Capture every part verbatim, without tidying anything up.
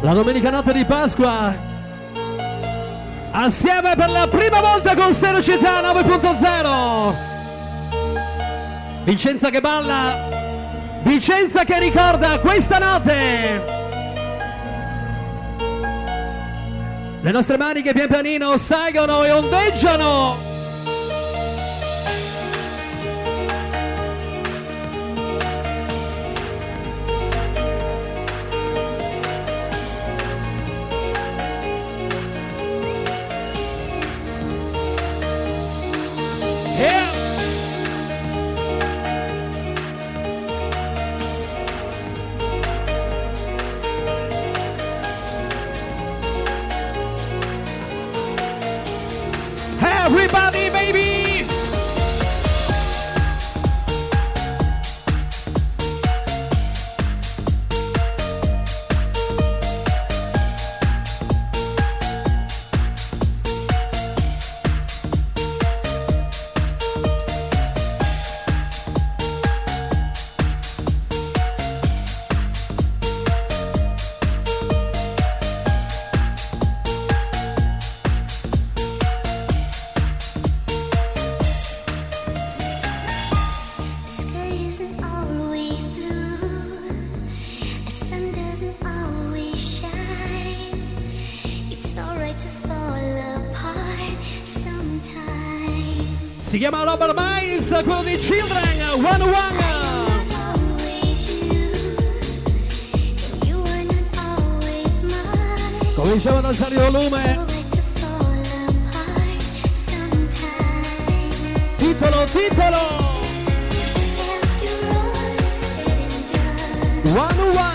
La domenica notte di Pasqua, assieme per la prima volta con Stereo Città nove punto zero. Vicenza che balla, Vicenza che ricorda questa notte. Le nostre mani che pian pianino salgono e ondeggiano. Everybody, baby! Si chiama Robert Miles, quello di Children, One One. Cominciamo ad alzare il volume. Titolo, titolo. One One.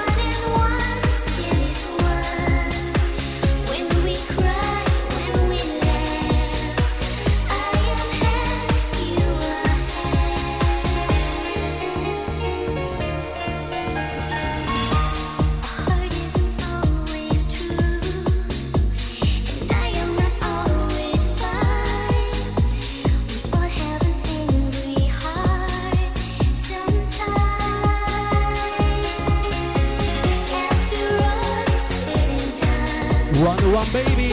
One One baby.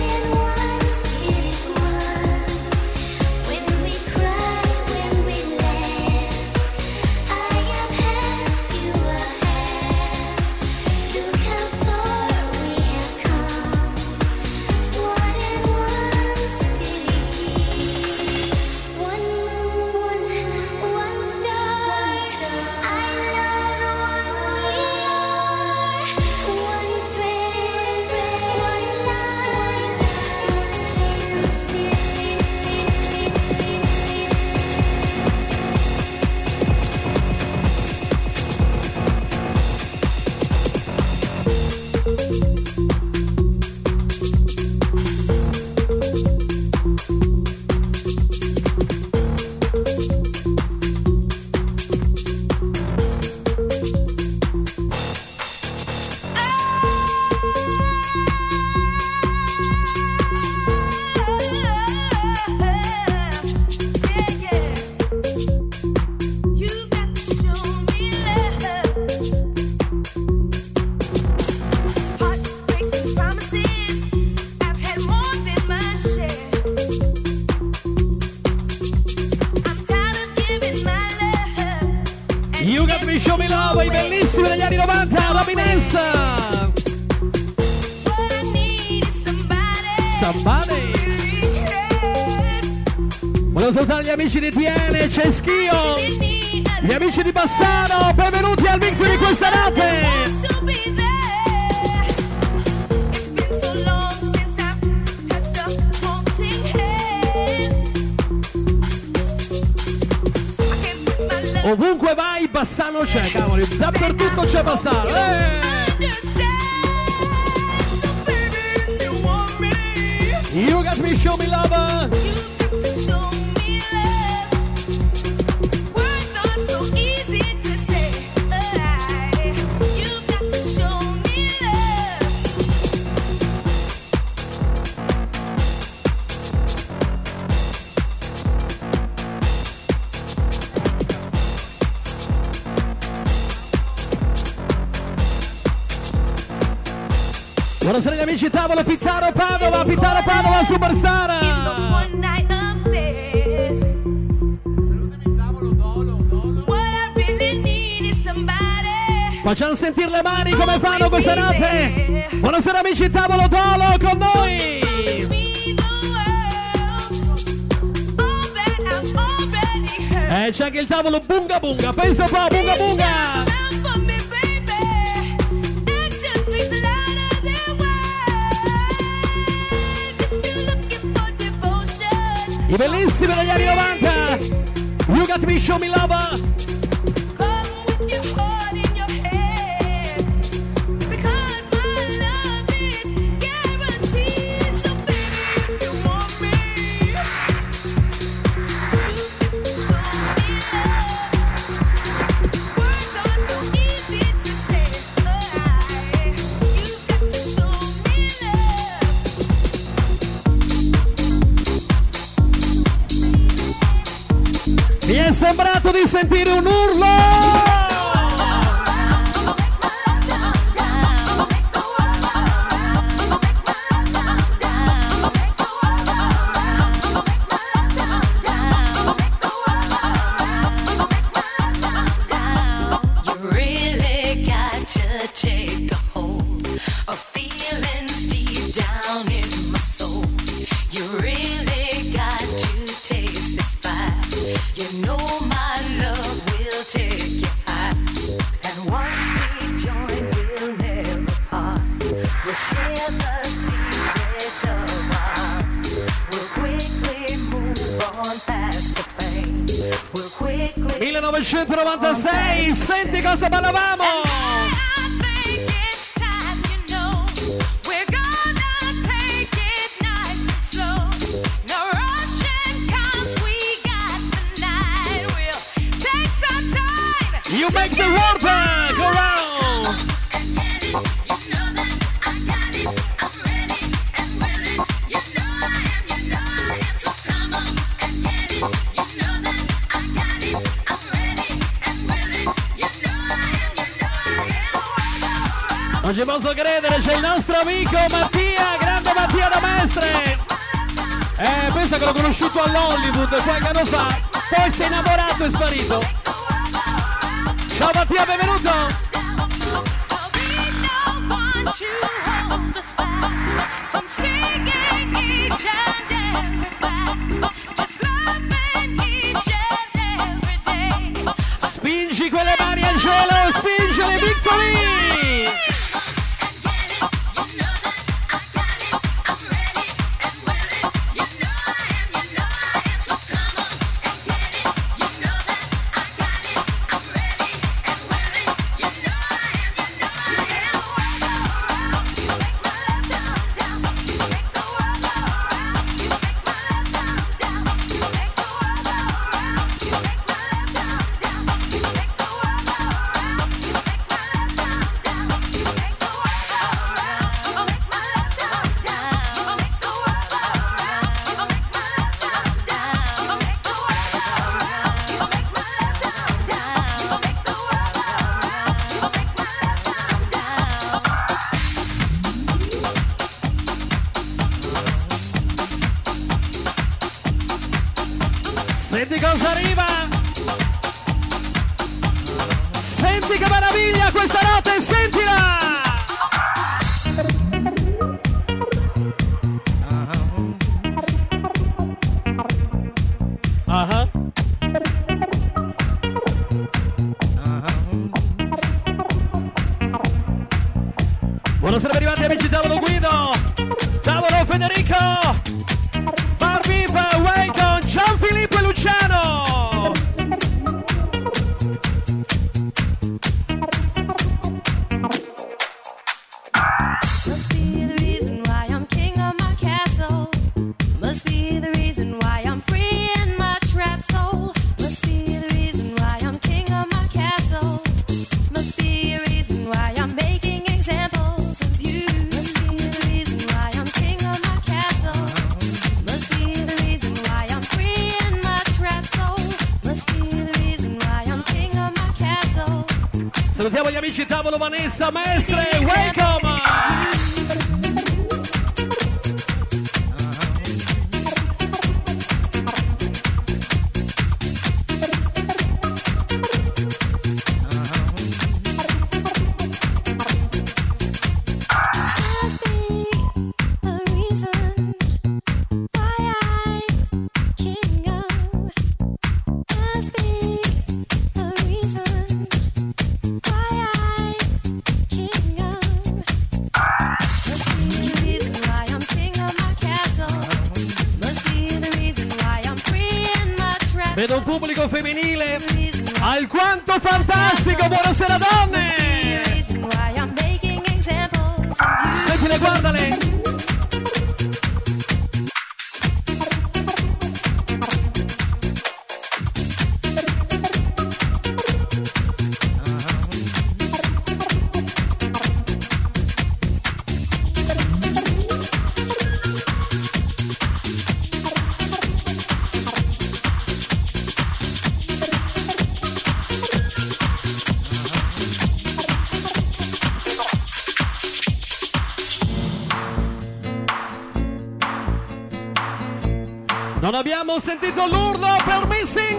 Volevo salutare gli amici di T N, Ceschio, gli amici di Bassano, benvenuti al Victory di questa notte! Ovunque vai Bassano c'è, cavoli, dappertutto c'è Bassano! Eh! You got me, show me love! Buonasera gli amici, tavolo Pittaro Padova, Pittaro Padova Superstar. Facciamo sentire le mani come fanno questa notte. Buonasera amici, tavolo Dolo con noi. E c'è anche il tavolo Bunga Bunga, pensa un po', Bunga Bunga. I bellissimi degli anni novanta. You got me, show me love. Mi è sembrato di sentire un urlo! millenovecentonovantasei, senti cosa ballavamo! You make the water go round! Non ci posso credere, c'è il nostro amico Mattia, grande Mattia da Mestre. Eh, pensa che l'ho conosciuto all'Hollywood qualche anno fa, poi si è innamorato e è sparito. Ciao Mattia, benvenuto! Spingi quelle mani al cielo, spingi le Victory! Senti cosa arriva! Senti che meraviglia questa notte, sentila! Uh-huh. Uh-huh. Buonasera per arrivati amici, tavolo Guido, tavolo Federico, Barbie, Waycon, Gianfilippo e Luciano. Salutiamo gli amici tavolo Vanessa, Mestre, welcome! Vedo un pubblico femminile alquanto fantastico. Buonasera donne. Sentile, guardale. Non abbiamo sentito l'urlo per Missing!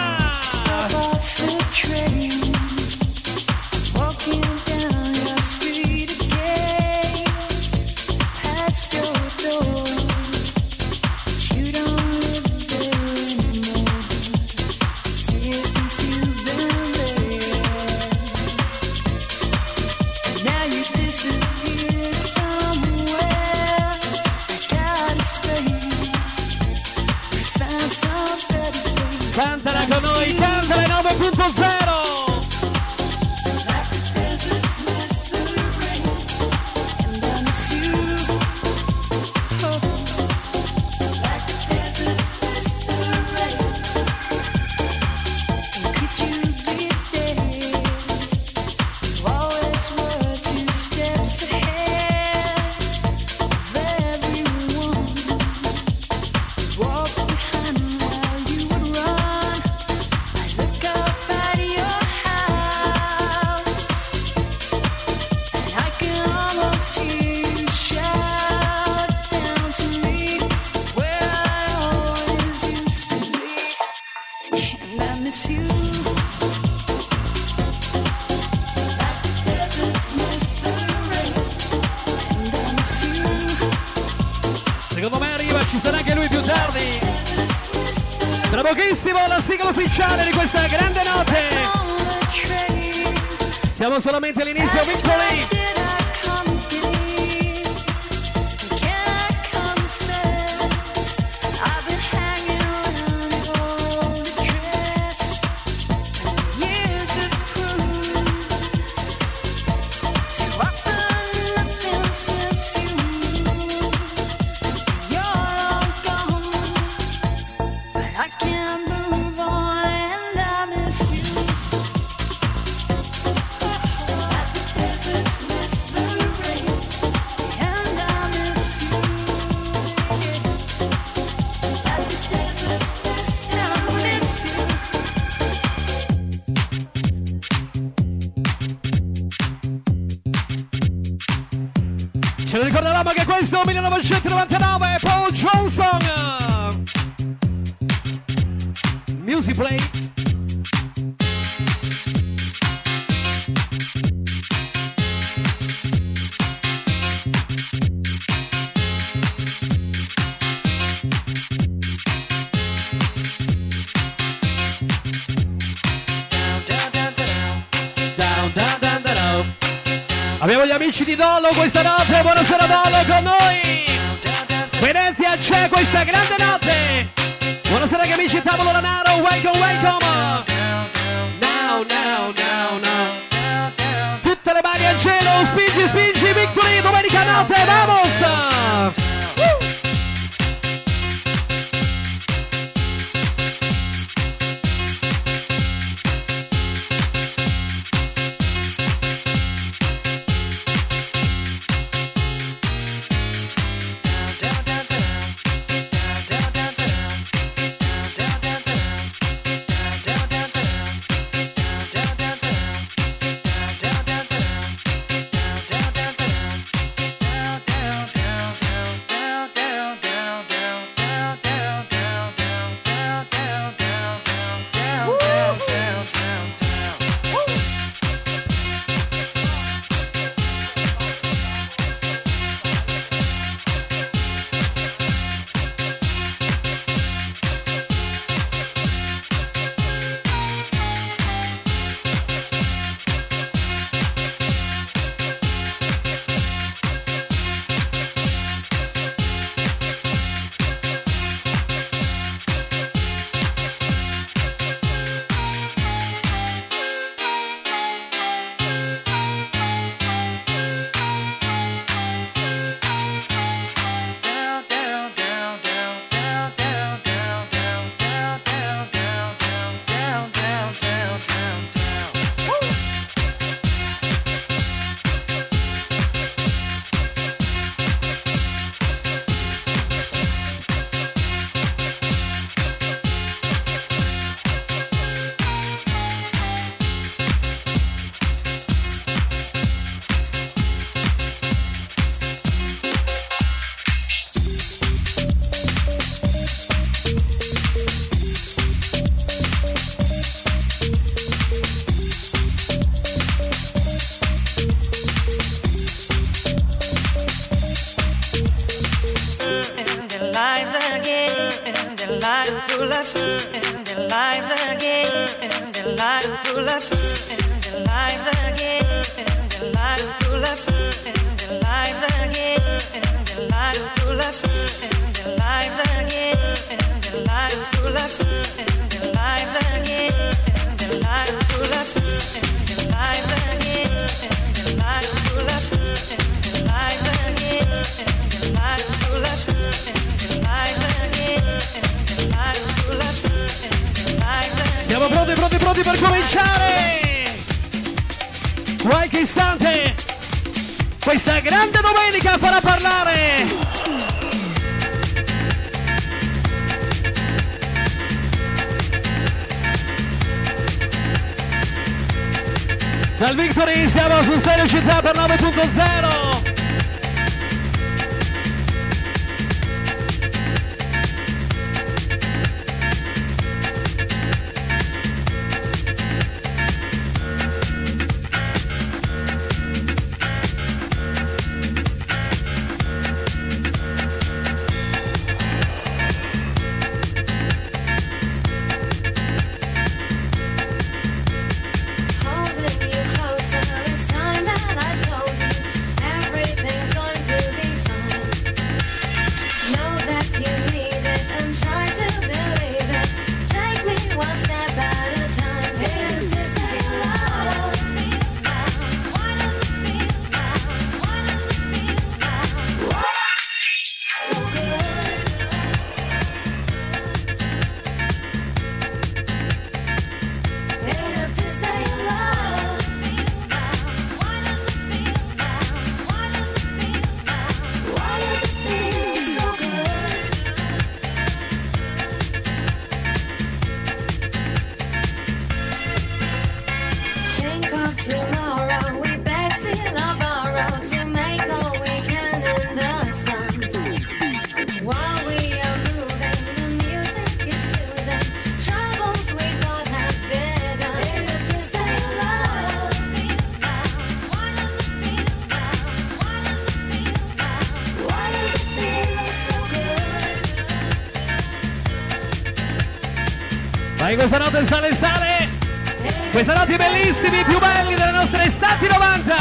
Cantala con noi, cantala nove punto zero! Secondo me arriva, ci sarà anche lui più tardi. Tra pochissimo la sigla ufficiale di questa grande notte. Siamo solamente all'inizio, Victory. Ce lo ricordavamo che questo è il millenovecentonovantanove, Paul Johnson. Music Play. Abbiamo gli amici di Dollo questa notte, buonasera Dollo con noi! Venezia c'è questa grande notte! Buonasera che amici Tavolo Lanaro, welcome, welcome! Now, now, now, now! Tutte le mani al cielo, spingi, spingi, Victory, domenica notte, vamos! Uh! in their lives again, in their lives full of in their lives again, in their lives full of in their lives again, in their lives full of in their lives again, in their lives full of in their lives again, in their lives full of in their lives again, in their lives full of in their lives again, in their lives full of in their lives again, in their lives full of in their lives again. Siamo pronti, pronti, pronti per cominciare! Qualche istante questa grande domenica farà parlare! Dal Victory siamo su Stereo Città per nove punto zero. Vai, questa notte sale sale, questa notte bellissimi, più belli delle nostre estati novanta.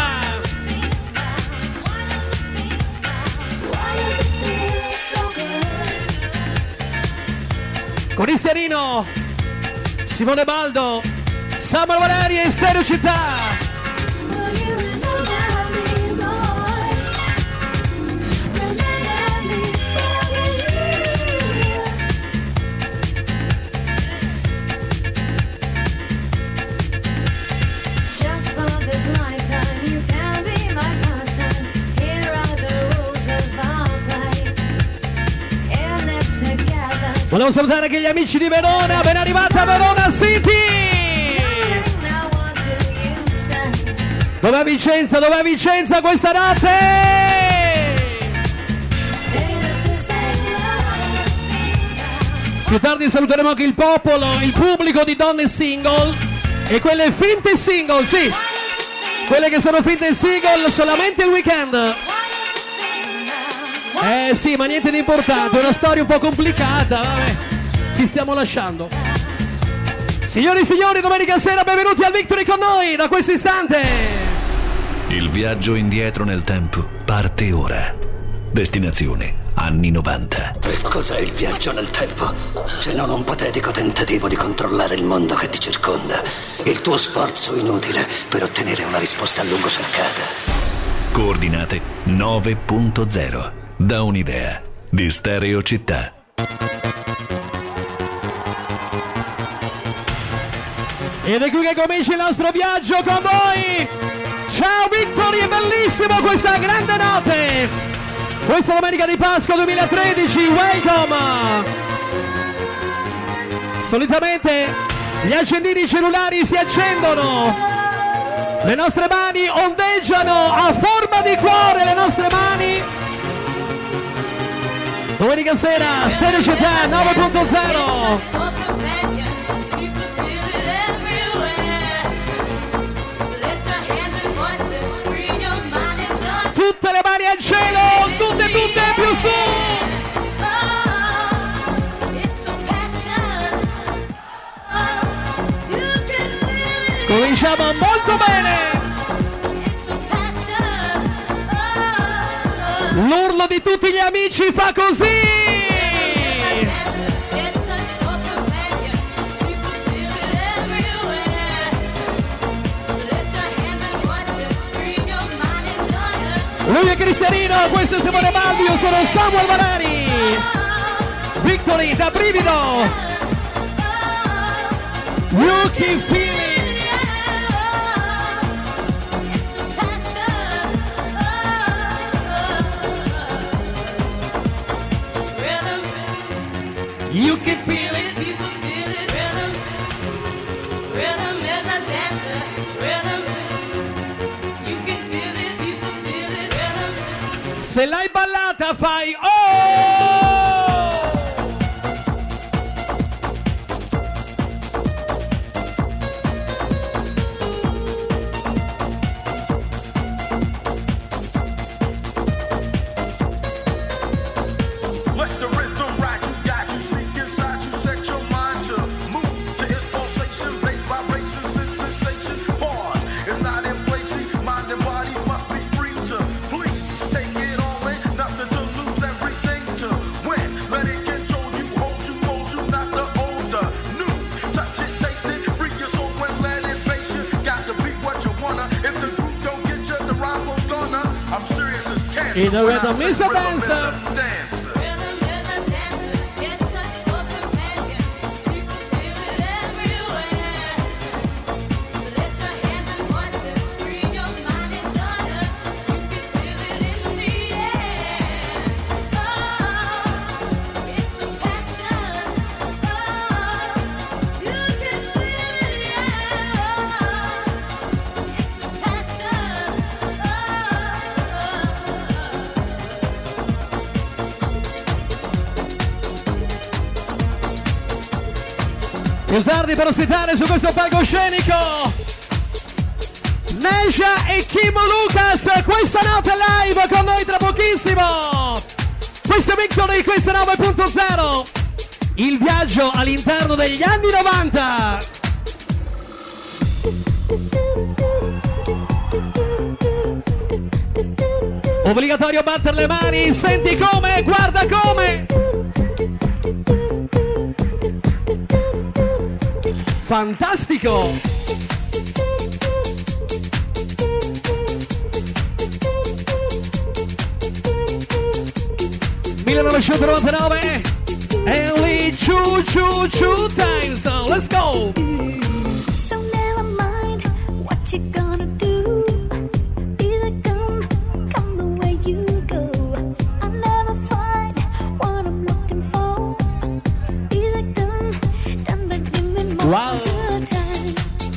Con Cristianino, Simone Baldo, Samuel Valeri e Stereo Città. Volevo salutare anche gli amici di Verona, ben arrivata a Verona City! Dov'è Vicenza? Dov'è Vicenza questa notte? Più tardi saluteremo anche il popolo, il pubblico di donne single e quelle finte single, sì! Quelle che sono finte single solamente il weekend! Eh sì, ma niente di importante, è una storia un po' complicata, vabbè, ci stiamo lasciando. Signori e signori, domenica sera benvenuti al Victory con noi, da questo istante. Il viaggio indietro nel tempo parte ora. Destinazione anni novanta. E cos'è il viaggio nel tempo? Se non un patetico tentativo di controllare il mondo che ti circonda. Il tuo sforzo inutile per ottenere una risposta a lungo cercata. Coordinate nove punto zero. Da un'idea di Stereo Città. Ed è qui che comincia il nostro viaggio con voi. Ciao Victory, è bellissimo questa grande notte. Questa domenica di Pasqua duemilatredici, welcome. Solitamente gli accendini cellulari si accendono, le nostre mani ondeggiano a forma di cuore, le nostre mani. Domenica sera, Stereo Città nove punto zero. Tutte le mani al cielo, tutte, tutte più su. conosciamo molto bene. L'urlo di tutti gli amici fa così. Lui è Cristianino, questo è Simone Baldi, io sono Samuel Valari. Victory da brivido. You can feel it. You can feel it. People feel it. Rhythm. Rhythm is a dancer. Rhythm. You can feel it. People feel it. Rhythm. Se l'hai ballata fai oh! In the rhythm is a dancer. Il tardi per ospitare su questo palcoscenico Neja e Kimo Lucas questa notte live con noi tra pochissimo. Questo è Victory, questo è nove punto zero. Il viaggio all'interno degli anni novanta. Obbligatorio battere le mani, senti come, guarda come. Fantastico! millenovecentonovantanove and we two, two, two times, so let's go! So never mind what you gonna do. Easy come, come the way you go. I never find what I'm looking for. Easy come, done but give me more. Wow. Two times,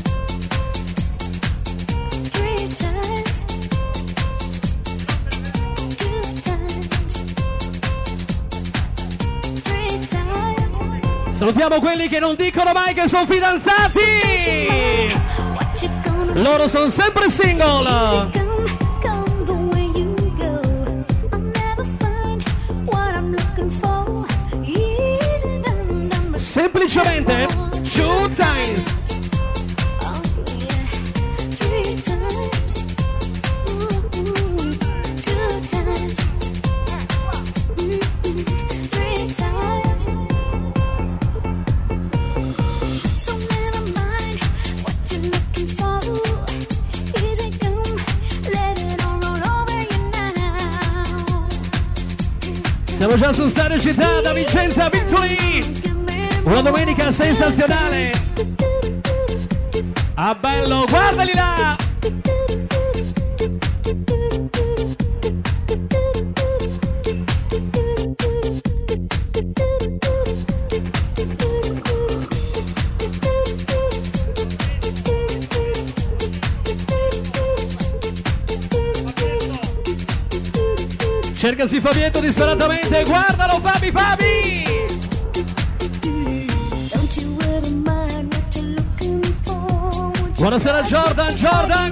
three times, two times, three times. Salutiamo quelli che non dicono mai che sono fidanzati! Loro sono sempre single! Semplicemente two times! Siamo già su Stadio Città da Vicenza Victory, una domenica sensazionale. Ah bello, guardali là! Cercasi Fabietto disperatamente, guardalo Fabi Fabi! Buonasera Jordan, Jordan!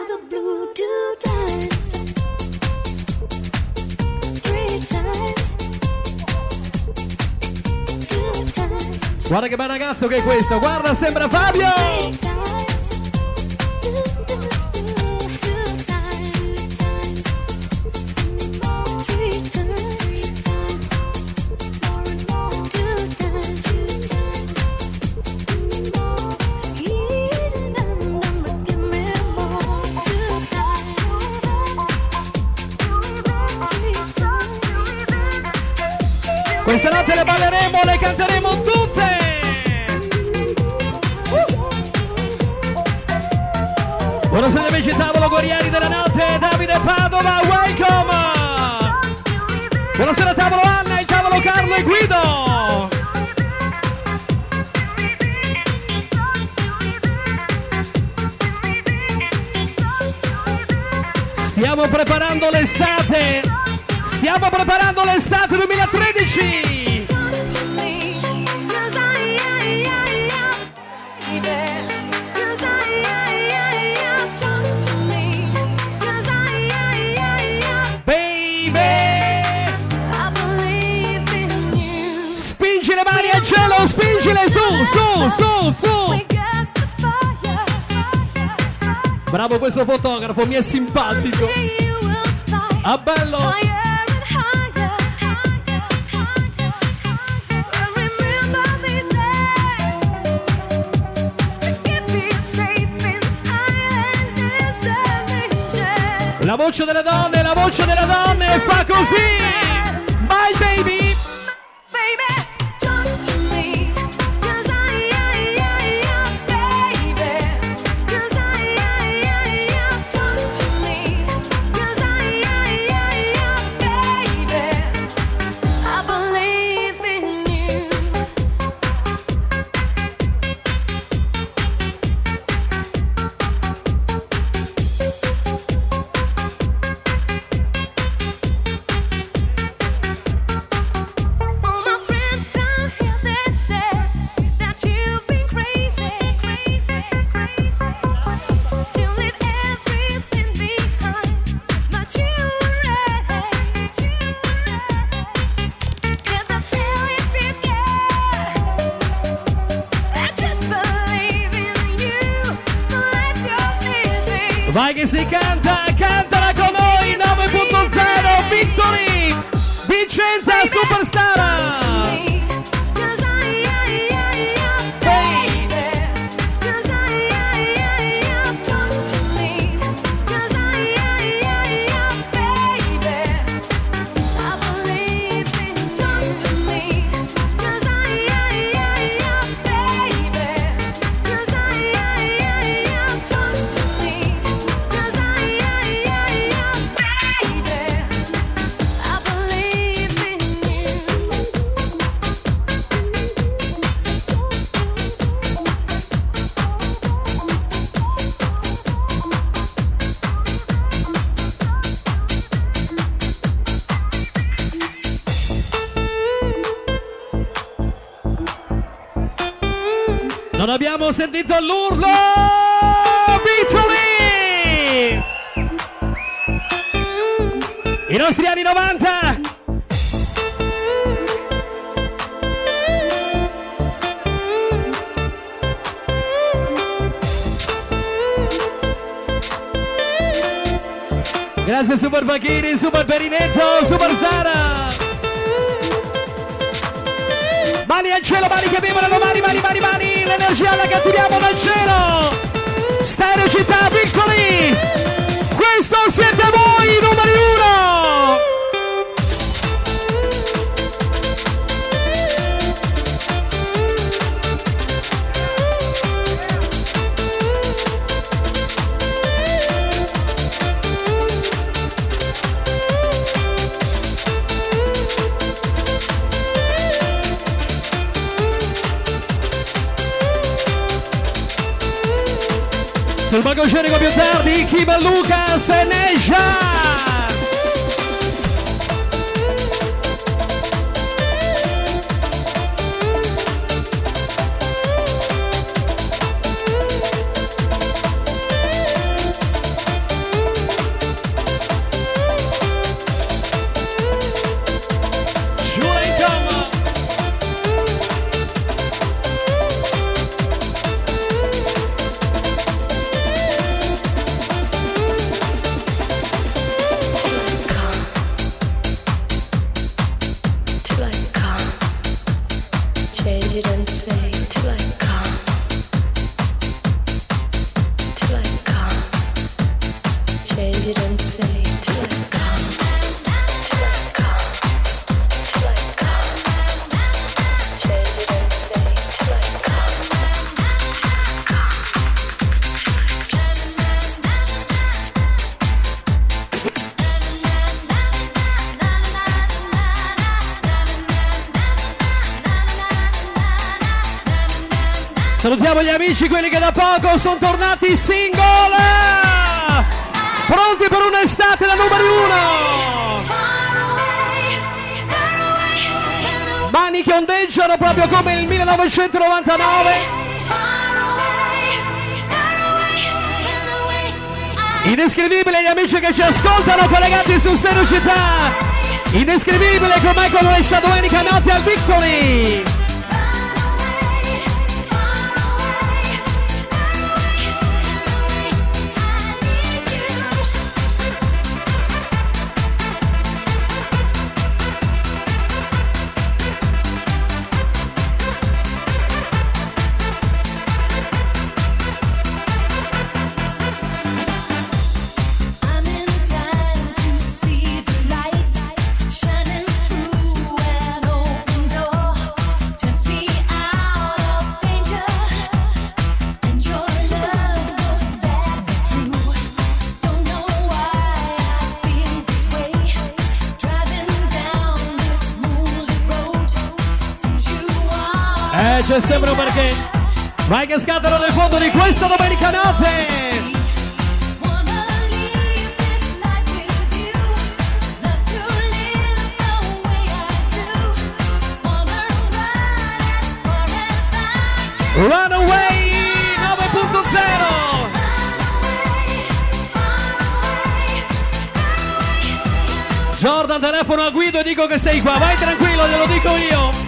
Three times Guarda che bel ragazzo che è questo, guarda, sembra Fabio! Questa notte le balleremo, le canteremo tutte! Uh. Buonasera amici, tavolo Guerrieri della notte, Davide Padova, welcome! Buonasera tavolo Anna, il tavolo Carlo e Guido! Stiamo preparando l'estate! Stiamo preparando l'estate duemilatredici! Spingi le mani al cielo, spingile su, su, su, su! Bravo questo fotografo, mi è simpatico! Ah bello! La voce delle donne, la voce delle donne fa così! My baby! Vai che si canta, cantala con noi, nove punto zero, Victory, Vincenza Superstar. Non abbiamo sentito l'urlo! Victory! I nostri anni novanta! Grazie Super Facchini, Super Perinetto, Super Sara! Mani al cielo, mani che vivono, mani, mani, mani, mani, l'energia la catturiamo dal cielo! Stereo Città Victory! Questo siete voi, numeri uno! Sul palcoscenico più tardi, Kiva Lucas e Neja! Salutiamo gli amici, quelli che da poco sono tornati single. Pronti per un'estate da numero uno. Mani che ondeggiano proprio come il millenovecentonovantanove. Indescrivibile gli amici che ci ascoltano collegati su Stereo Città. Indescrivibile com'è con questa domenica notte al Victory. C'è sempre un perché. Vai che scattano nel fondo di questa domenica notte. Runaway nove punto zero. Jordan, telefono a Guido e dico che sei qua. Vai tranquillo, glielo dico io.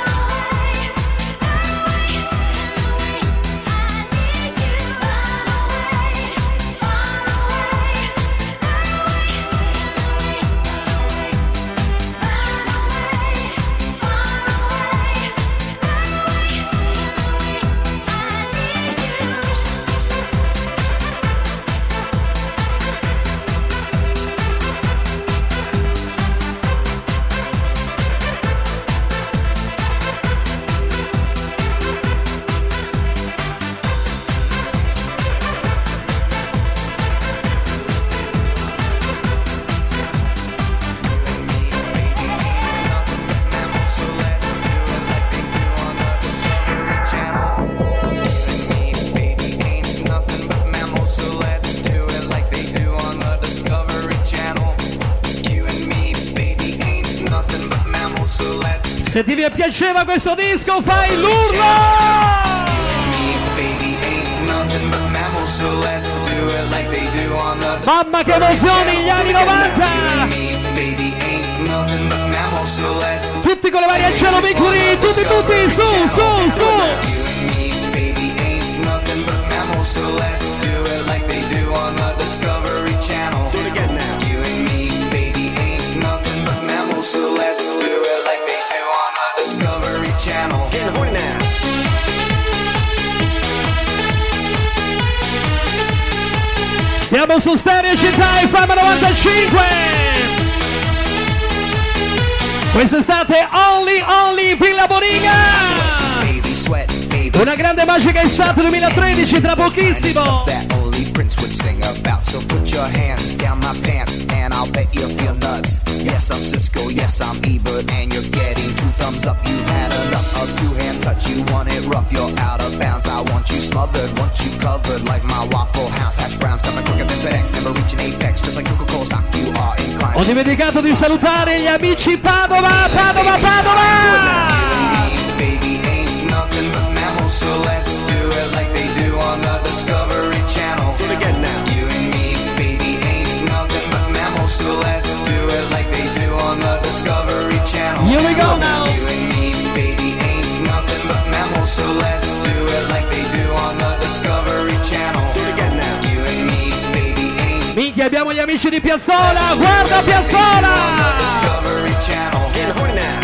Se ti piaceva questo disco, fai l'urlo! Mamma che emozioni, gli anni novanta! Tutti con le mani al cielo, piccoli, tutti, tutti, su, su, su! Siamo su Stereo Città F M novantacinque. Quest'estate Only Only Villa Boninga. Una grande magica estate duemilatredici tra pochissimo. So put your hands down my pants and I'll bet you feel nuts. Yes, I'm Cisco, yes, I'm Ebert, and you're getting two thumbs up. You had enough of two-hand touch, you want it rough, you're out of bounds. I want you smothered, want you covered like my Waffle House. Hash browns coming quicker than FedEx, never reaching apex, just like Coca-Cola stock, you are inclined. Ho dimenticato di salutare gli amici Padova, Padova, Padova! Baby, ain't nothing but mammals, so let's do it like they do on the Discovery Channel. Do it again now. So let's do it like they do on the Discovery Channel. Here we go now. You and me, baby, ain't nothing but mammals. So let's do it like they do on the Discovery Channel. Do it again now. You and me, baby, ain't. Minchia, abbiamo gli amici di Piazzola. Guarda Piazzola. Discovery Channel. Get horny now.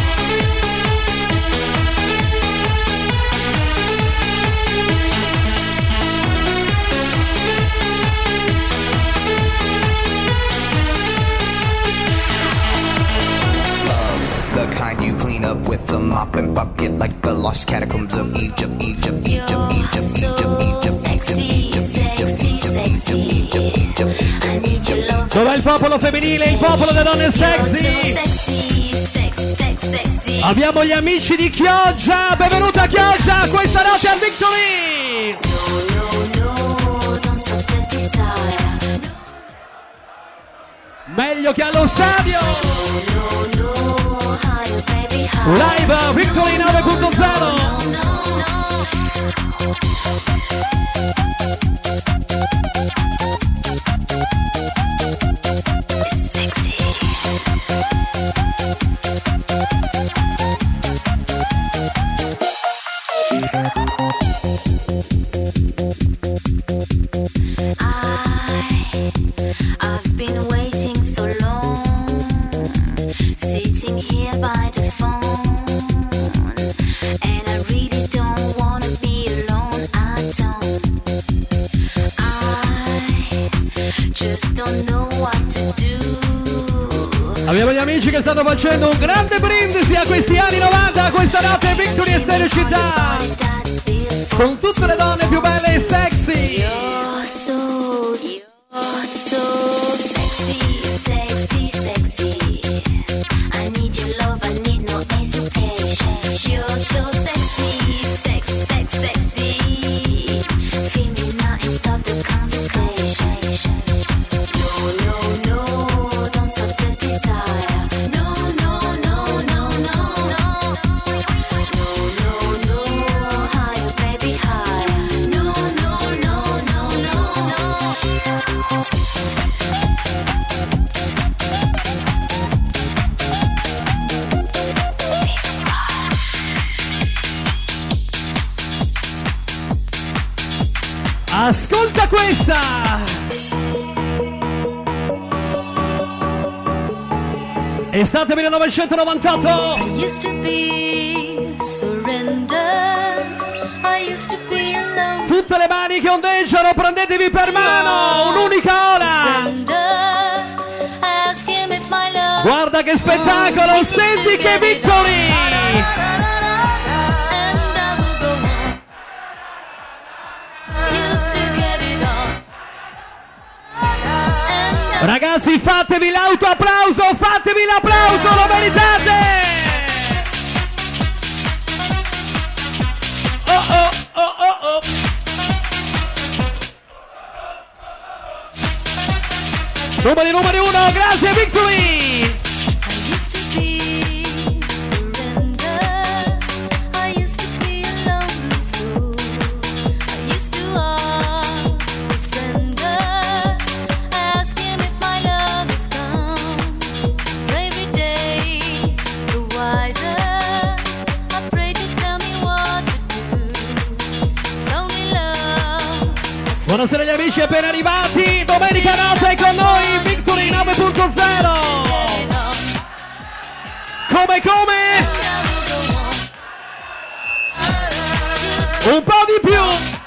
The kind you clean up with the mop and bucket, like the lost catacombs of Egypt, Egypt, Egypt, Egypt, Egypt, Egypt, Egypt, Egypt, Egypt, Egypt, Egypt. Dov'è il popolo femminile, il popolo delle donne sexy? Abbiamo gli amici di Chioggia, benvenuta a Chioggia, questa notte al Victory! Meglio che allo stadio! Live Victory nove punto zero! Abbiamo gli amici che stanno facendo un grande brindisi a questi anni novanta, questa notte Victory e Stereo Città, con tutte le donne più belle e sexy. You're so, you're so sexy, sexy, sexy. I need your love, I need no hesitation. You're so sexy, sexy, sexy, sexy. Feel me now and stop the conversation. No, no, no, don't stop the desire. No, no, no, no, no, no. No, no, no, higher, baby, higher. No, no, no, no, no, no. Ascolta questa! Estate millenovecentonovantotto! I used to be surrender. I used to be alone. Tutte le mani che ondeggiano, prendetevi per mano! Un'unica ora! Surrender. Ask him if my love. Guarda che spettacolo! Senti che Victory! And I will go on. Used to get it on. And I Ragazzi, fatevi l'autoapplauso, fatevi l'applauso, lo meritate! Oh oh oh oh oh! Numeri numeri uno, grazie Victory! I used to be surrender. I used to be a lonely soul. I used to ask for surrender. Ask him if my love is gone. Every day, the wiser. I pray to tell me what to do. It's only love. Buonasera agli amici appena arrivati, domenica notte con noi Victory nove punto zero! Come come? Un po' di più!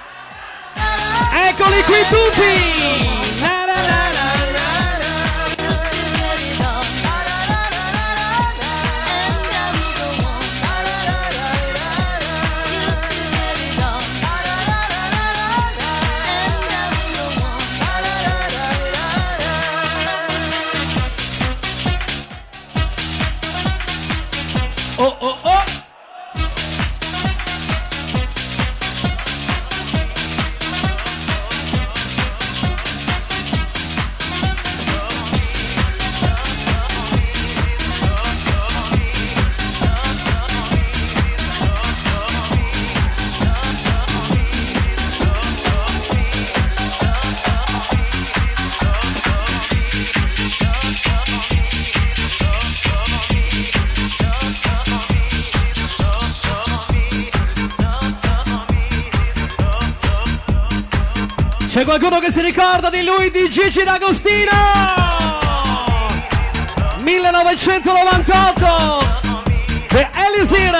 Eccoli qui tutti! La la la la la la. Oh oh oh! C'è qualcuno che si ricorda di lui, di Gigi D'Agostino? millenovecentonovantotto, The Elisir.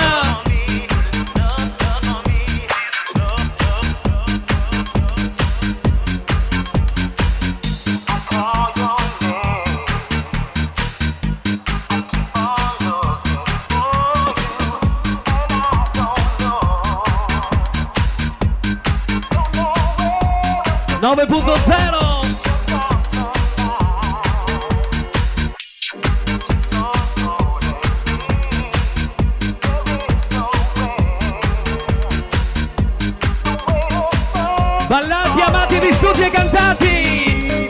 nove punto zero. vissuti e cantati.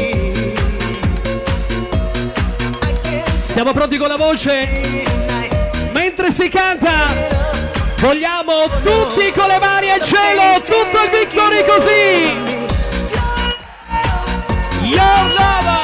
Siamo pronti con la voce? Mentre si canta, vogliamo tutti con le mani al cielo, tutto il Victory così. Your lover.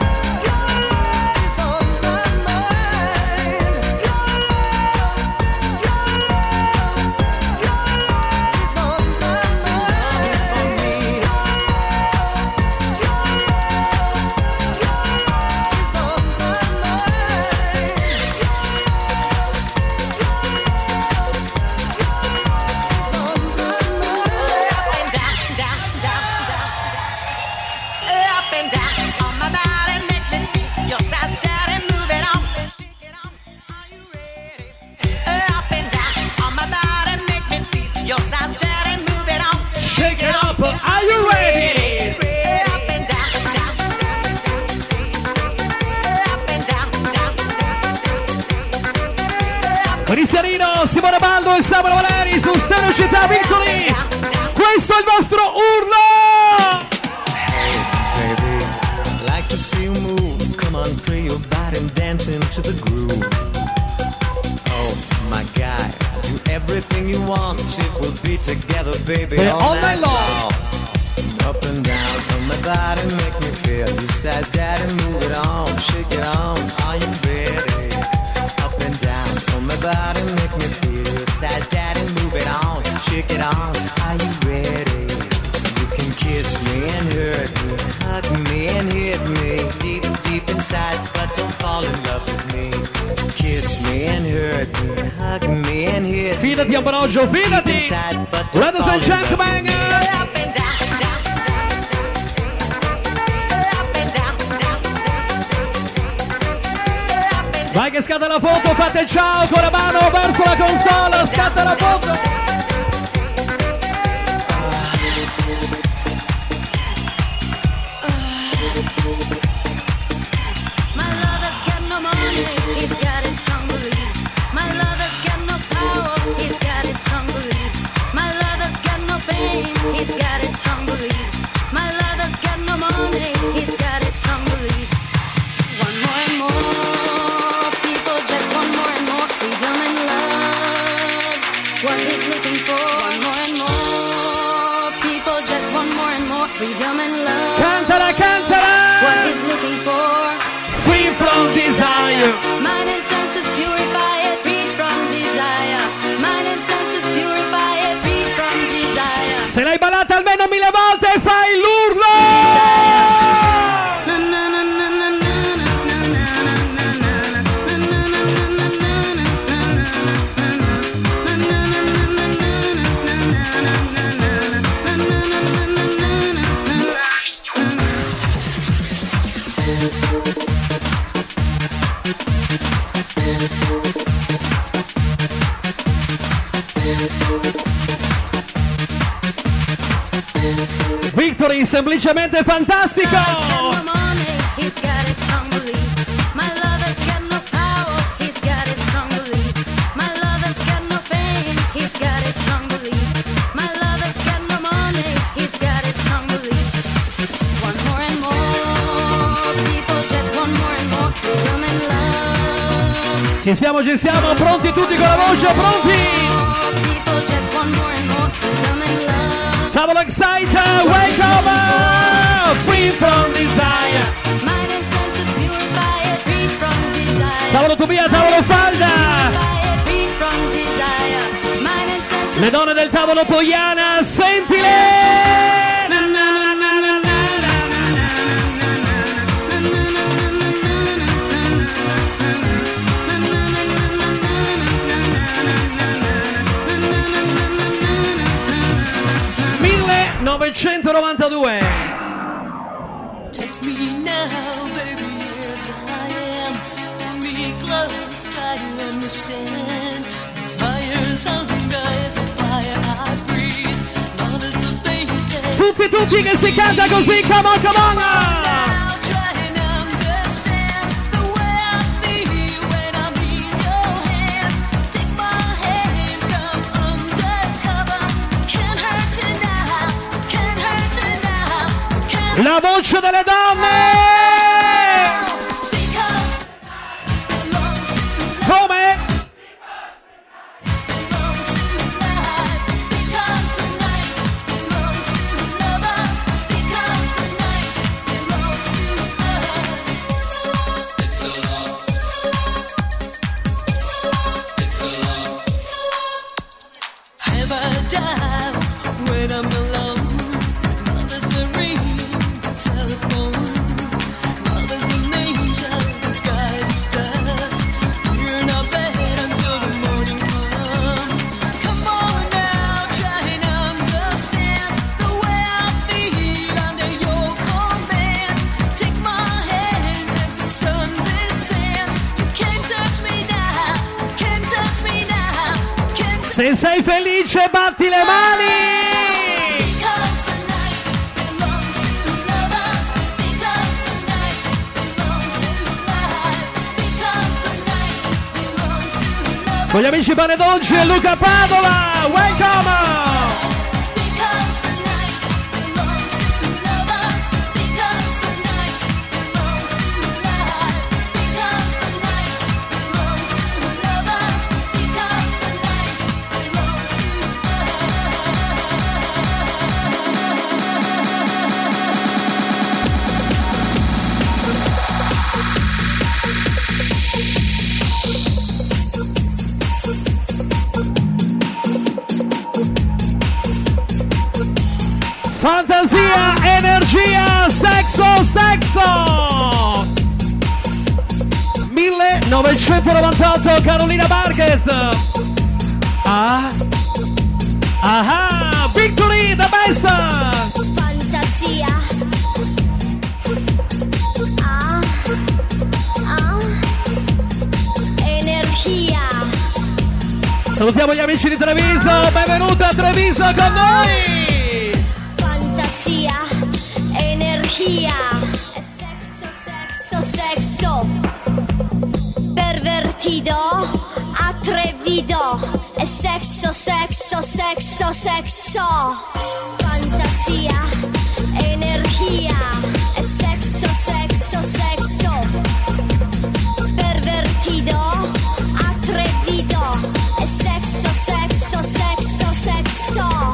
Cristianino, Simone Baldo e Samuel Valeri su Stereo Città Victory. Questo è il vostro urlo! Hey baby, like to see you move. Come on, free your body and dance into the groove. Oh my God, do everything you want. If we'll be together, baby, all, all night long. long. Up and down from my body, make me feel. You said that and move it on, shake it on. Are you ready? Up and down from my body, make me feel. You said that and move it on, shake it on. Are you ready? You can kiss me and hurt me, hug me and hit me deep, deep inside, but don't fall in love with me. Kiss me and hurt me, hug me and hit me. Fidati Ambrogio, fidati! Ladies and gentlemen! Vai che scatta la foto, fate ciao con la mano verso la console, scatta la foto! Freedom and love. Cantala, cantala! What is looking for? Free from desire. Mind and senses purify it. Free from desire. Mind and senses purify it. Free from desire. Se l'hai ballata almeno mille volte fai l'urlo! Na, na, na, na, na, na, na, na, Victory, semplicemente fantastico! Ci siamo, ci siamo, pronti tutti con la voce, pronti! Tavolo Exciter, wake up! Free from desire! Tavolo Tobia, tavolo Falda! Le donne del tavolo Poiana, sentile! millenovecentonovantadue. Take me now, baby, as I am. Hold me close, try to understand. Desire's hunger is a fire I breathe. Love is a thing. Tutti, tutti che si canta così, come on, come on! La voce delle donne! Come? Se sei felice batti le mani! Con gli amici Pane Dolci e Luca Padova, welcome! Fantasia, energia, sexo, sexo! millenovecentonovantotto Carolina Marquez. Ah, ah, Victory, the best! Fantasia. Ah, ah, energia. Salutiamo gli amici di Treviso, benvenuta a Treviso con noi! Fantasia, energia, e sexo, sexo, sexo, pervertido, atrevido, e sexo, sexo, sexo, sexo, fantasia, energia, e sexo, sexo, sexo, pervertido, atrevido, e sexo, sexo, sexo, sexo.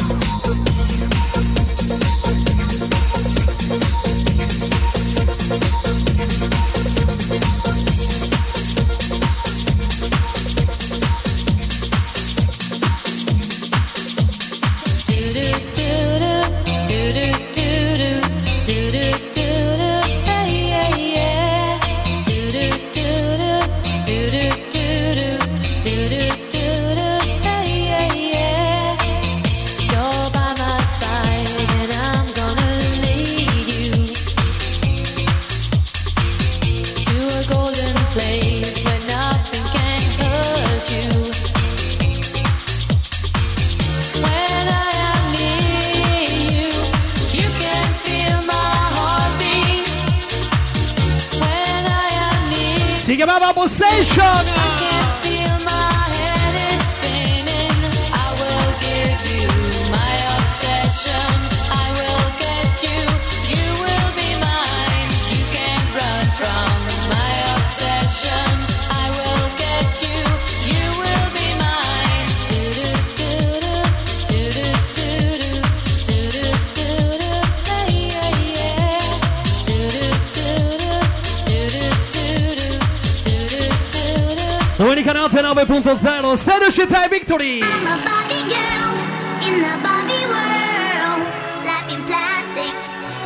Si chiamava Possession! Domenica notte nove punto zero, Stereo Città e Victory! I'm a Barbie girl in the Barbie world, life in plastic.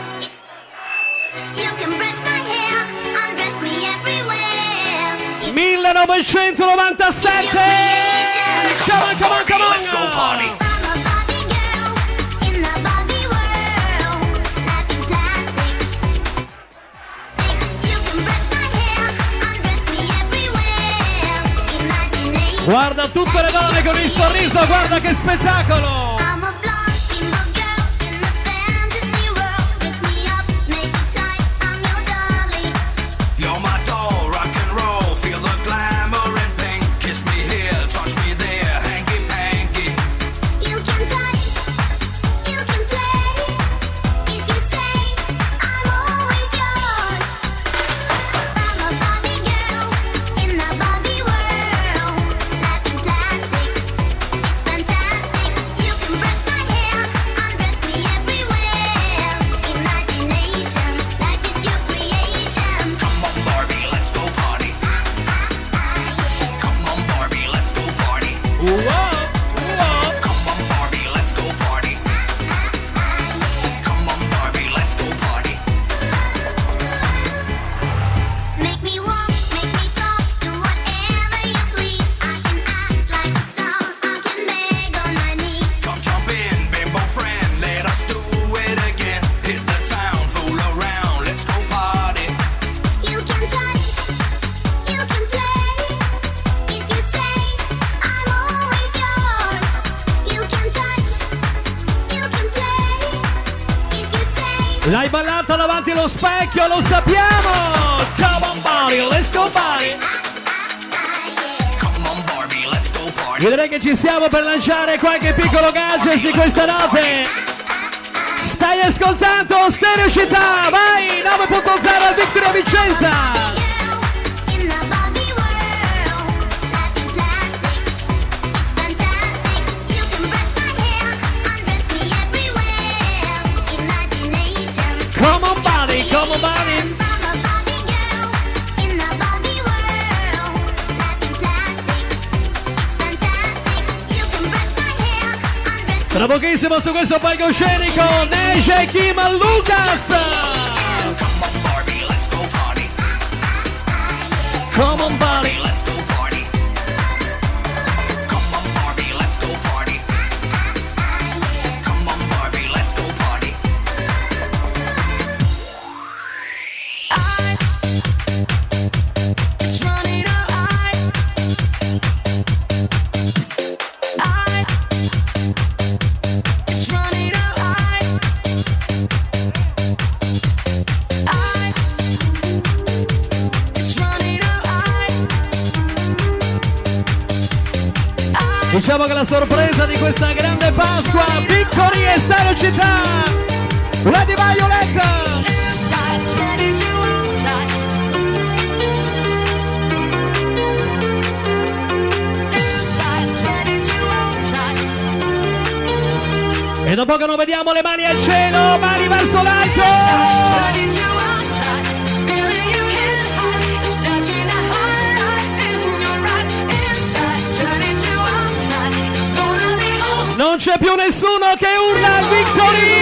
You can brush my hair, undress me everywhere. millenovecentonovantasette! Come on, come on, come on! Let's go party! I'm a Barbie girl in the Barbie world, life in plastic. You can brush my hair, undress me everywhere. Imagination. Guarda tutte le donne con il sorriso, guarda che spettacolo! I'm a blonde bimbo girl in the fantasy world. Dress me up, make it tight, I'm your darling. You're my doll, rock and roll, feel the glamour and pink. Kiss me here, touch me there, hanky panky. You can touch, you can play. If you say I'm L'hai ballata davanti allo specchio, lo sappiamo! Come on Barbie, let's go party! Io direi che ci siamo per lanciare qualche piccolo gadget di questa notte! Stai ascoltando Stereo Città, vai! nove punto zero al Victoria Vicenza! Come on body, come on body. Tra pochissimo su questo palcoscenico Neige Kim Lucas. Come on body. Diciamo che la sorpresa di questa grande Pasqua, Victory e Stereo Città, Lady Violetta. E dopo che non vediamo le mani al cielo, mani verso l'alto. Non c'è più nessuno che urla Victory!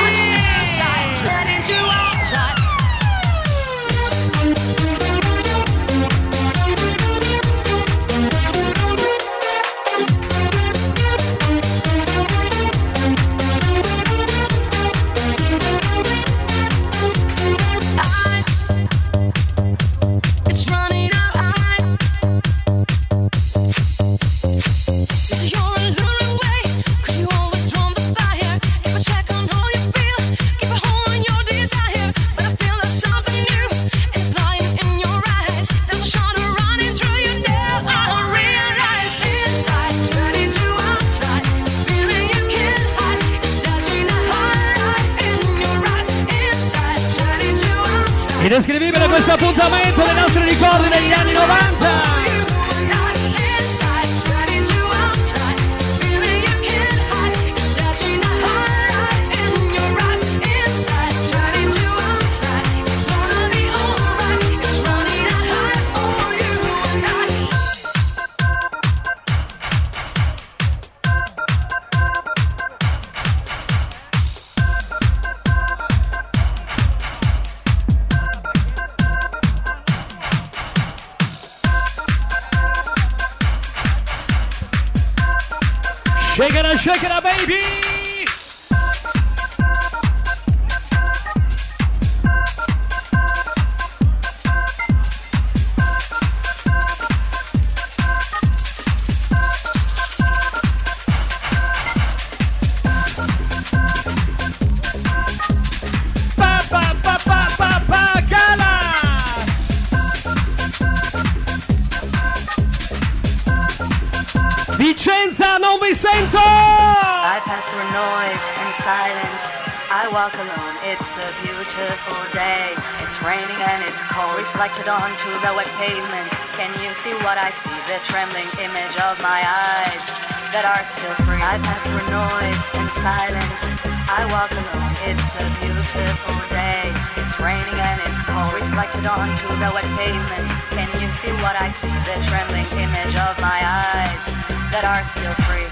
Indescrivibile questo appuntamento dei nostri ricordi degli anni novanta. Shake it up, shake it up, baby! Pa pa pa pa pa pa cala! Vicenza, non vi sento! I pass through noise and silence. I walk alone. It's a beautiful day. It's raining and it's cold. Reflected onto the wet pavement. Can you see what I see? The trembling image of my eyes that are still free. I pass through noise and silence. I walk alone. It's a beautiful day. It's raining and it's cold. Reflected onto the wet pavement. Can you see what I see? The trembling image of my eyes that are still free.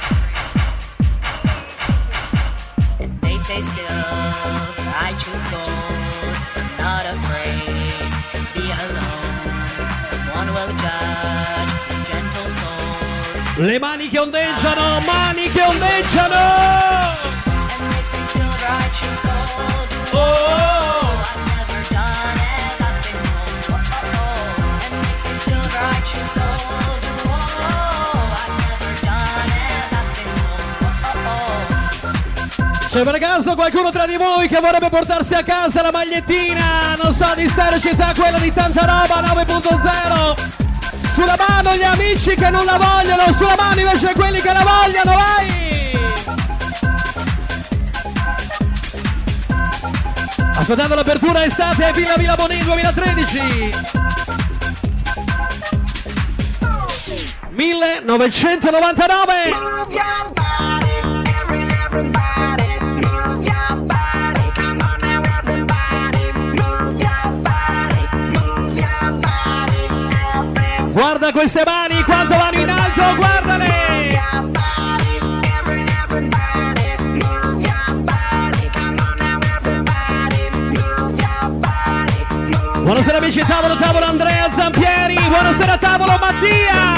And they say silk, I choose gold. I'm not afraid to be alone. Someone will judge this gentle soul. Le mani che ondeggiano, mani che ondeggiano! And they say silver, I choose gold. Oh, oh, I've never done as I've been told. Oh, oh. And they say silver, I choose gold. Oh, I've never done as I've been told. Oh, oh. C'è per caso qualcuno tra di voi che vorrebbe portarsi a casa la magliettina, non so, di Stereo Città, quella di Tanta Roba nove punto zero? Sulla mano gli amici che non la vogliono, sulla mano invece quelli che la vogliono, vai! Ascoltando l'apertura estate Villa Villa Bonin duemilatredici. millenovecentonovantanove. Guarda queste mani, quanto vanno in alto, guardale! Buonasera amici, tavolo, tavolo Andrea Zampieri, buonasera tavolo Mattia!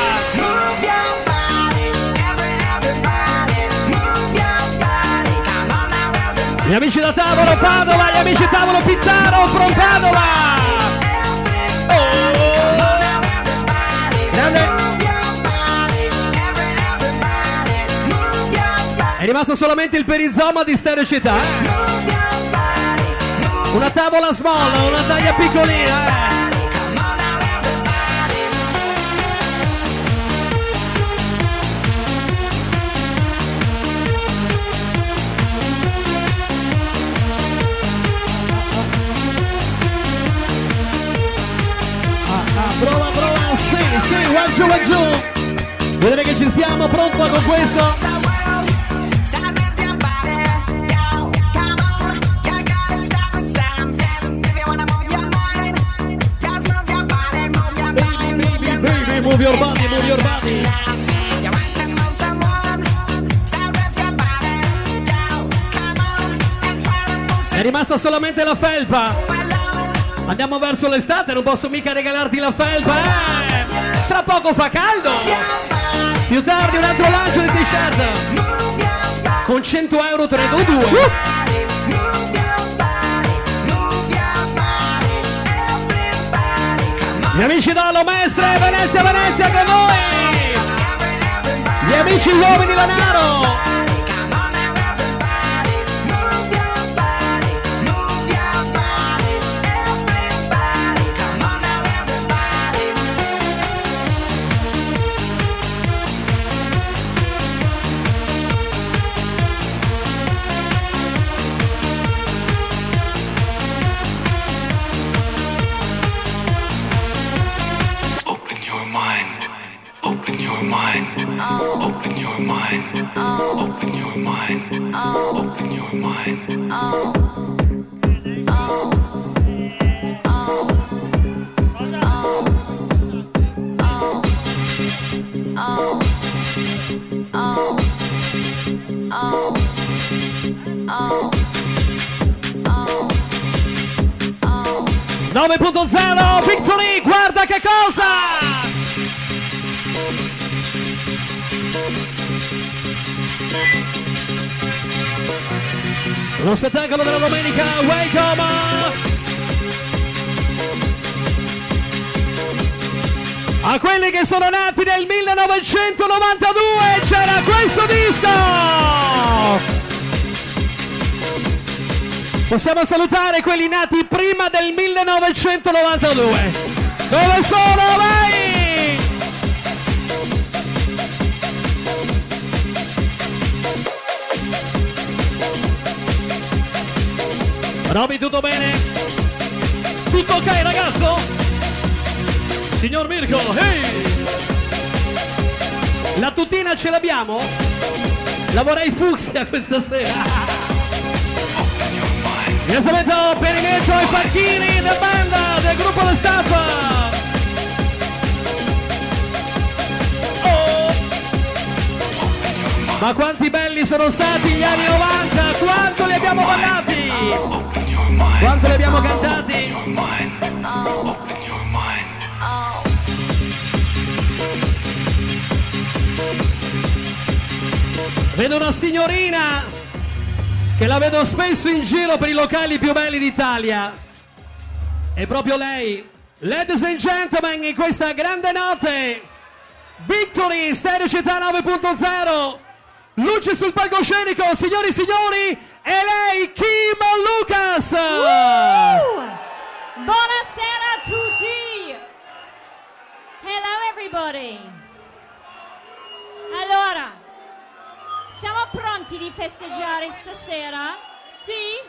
Gli amici da tavolo Padova, gli amici tavolo Pittaro, from Padova! Oh! Grande! È rimasto solamente il perizoma di Stereo Città, eh? Una tavola small, una taglia piccolina, eh? Prova, prova, sì, sì, va giù, va giù. Vedete che ci siamo, pronto con questo? Baby, baby, move your body, move your body. È rimasta solamente la felpa. Andiamo verso l'estate, non posso mica regalarti la felpa, eh! Tra poco fa caldo! Più tardi un altro lancio di t-shirt! Con cento euro te ne do due! Uh! Gli amici d'Allo Mestre, Venezia, Venezia con noi! Gli amici uomini Lanaro! nove punto zero Victory, guarda che cosa! Lo spettacolo della domenica, welcome! A quelli che sono nati nel millenovecentonovantadue c'era questo disco! Possiamo salutare quelli nati prima del millenovecentonovantadue. Dove sono? Vai! Roby, tutto bene? Tutto ok, ragazzo? Signor Mirko, hey! La tutina ce l'abbiamo? La vorrei fucsia questa sera. Innanzitutto Perimetro e Facchini del banda del gruppo La Staffa. Oh. Ma quanti belli sono stati gli anni novanta, quanto li abbiamo ballati, quanto li abbiamo cantati. Vedo una signorina che la vedo spesso in giro per i locali più belli d'Italia. È proprio lei, ladies and gentlemen, in questa grande notte, Victory, Stereo Città nove punto zero. Luce sul palcoscenico, signori e signori, e lei, Kim Lucas! Uh! Buonasera a tutti! Hello everybody! Allora, siamo pronti di festeggiare stasera? Sì?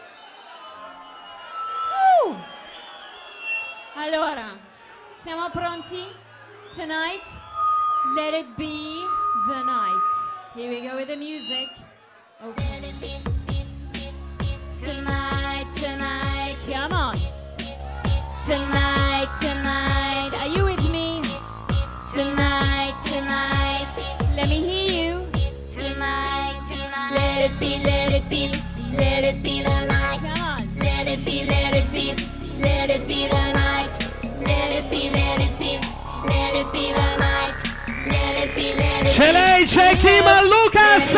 Uh! Allora, siamo pronti? Tonight, let it be the night. Here we go with the music. Okay. Tonight, tonight, come on. Tonight, tonight, are you with me? Tonight, tonight, let me hear you. Tonight, tonight, let it be, let it be, let it be the night. Come on. Let it be, let it be, let it be the night. Let it be, let it be, let it be the night. Let it be, let it be. C'è lei, c'è Kim Lucas!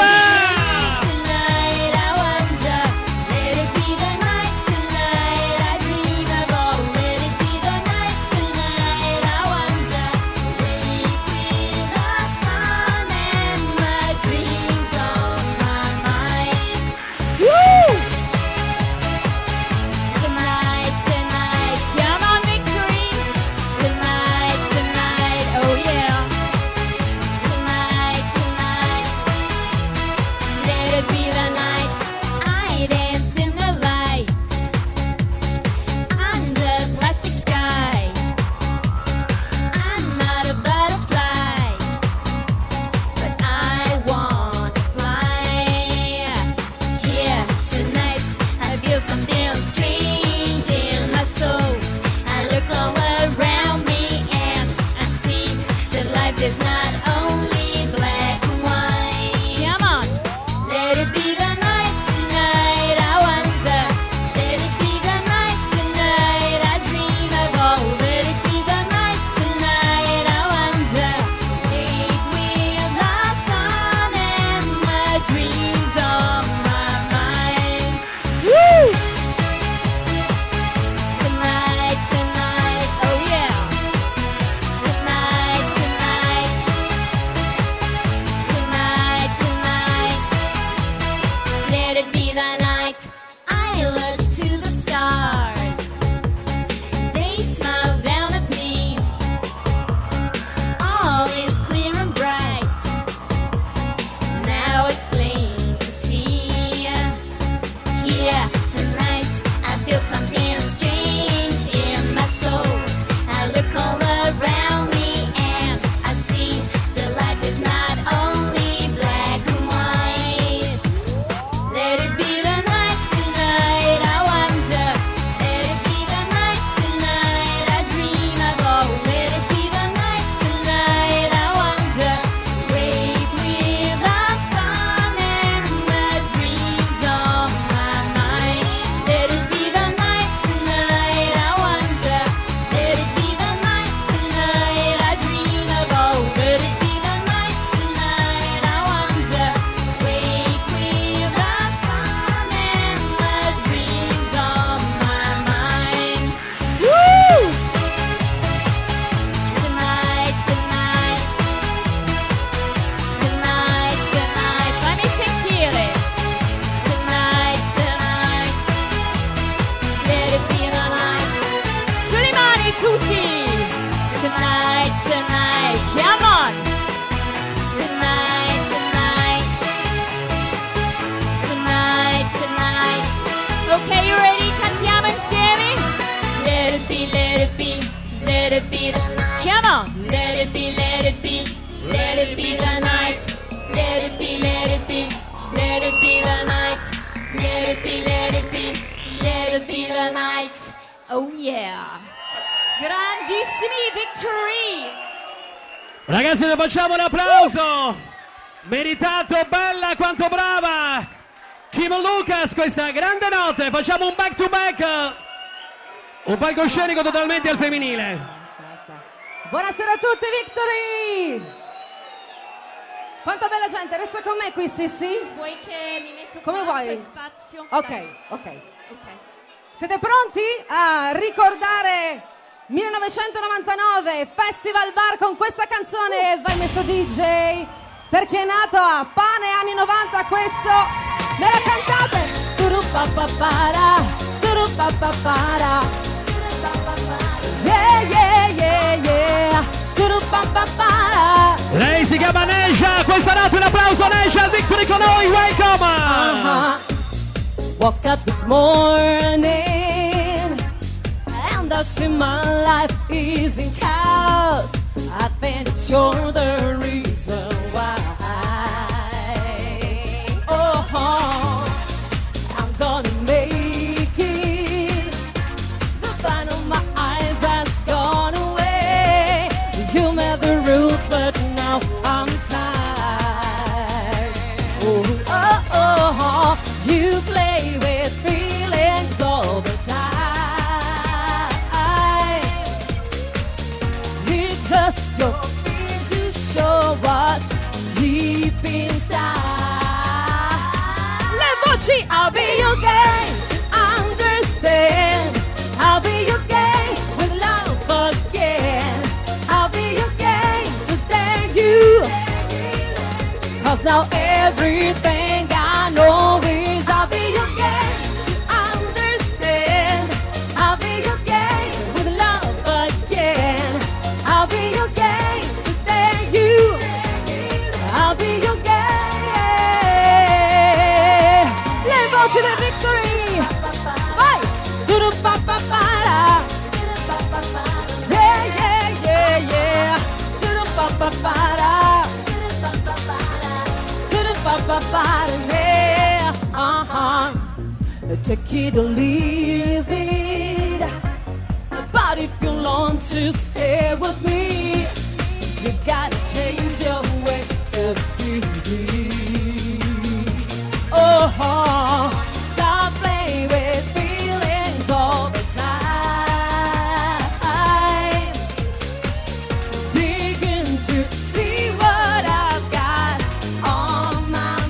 Ragazzi, ne facciamo un applauso! Meritato, bella quanto brava! Kim Lucas, questa grande notte! Facciamo un back to back! Un palcoscenico totalmente al femminile! Buonasera a tutti, Victory! Quanta bella gente, resta con me qui, sì sì? Vuoi che mi metto come qua vuoi? Spazio? Ok, Dai. ok. Ok. Siete pronti a ricordare millenovecentonovantanove Festival Bar con questa canzone? Vai messo D J! perché è nato a Pane anni novanta questo. Me la cantate? Turupapapara, turupapapara. Yeah, yeah, yeah, yeah. Turupapapara. Lei si chiama Neja, questa notte un applauso a Neja al Victory con noi, welcome! Uh-huh. Woke up this morning and I see my life is in chaos. I think you're the reason why. Oh, I'm gonna make it. The fun of my eyes has gone away. You made the rules, but now I'm tired. Oh, oh, oh, oh. You play with feelings all the time. It's just your fear to show what's deep inside. Le voci, I'll be your game to understand. I'll be your game with love again. I'll be your game to dare you. Cause now everything I know is I'll be your game to understand. I'll be your game with love again. I'll be your game to dare you. I'll be your game. Le voci del Victory. Vai! Turupapapara. Yeah, yeah, yeah, yeah. Turupapapara. Turupapapara. Yeah. Uh-huh. Take it or leave it. But if you want to stay with me, you gotta change your way to be. Oh, stop playing with feelings all the time. Begin to see what I've got on my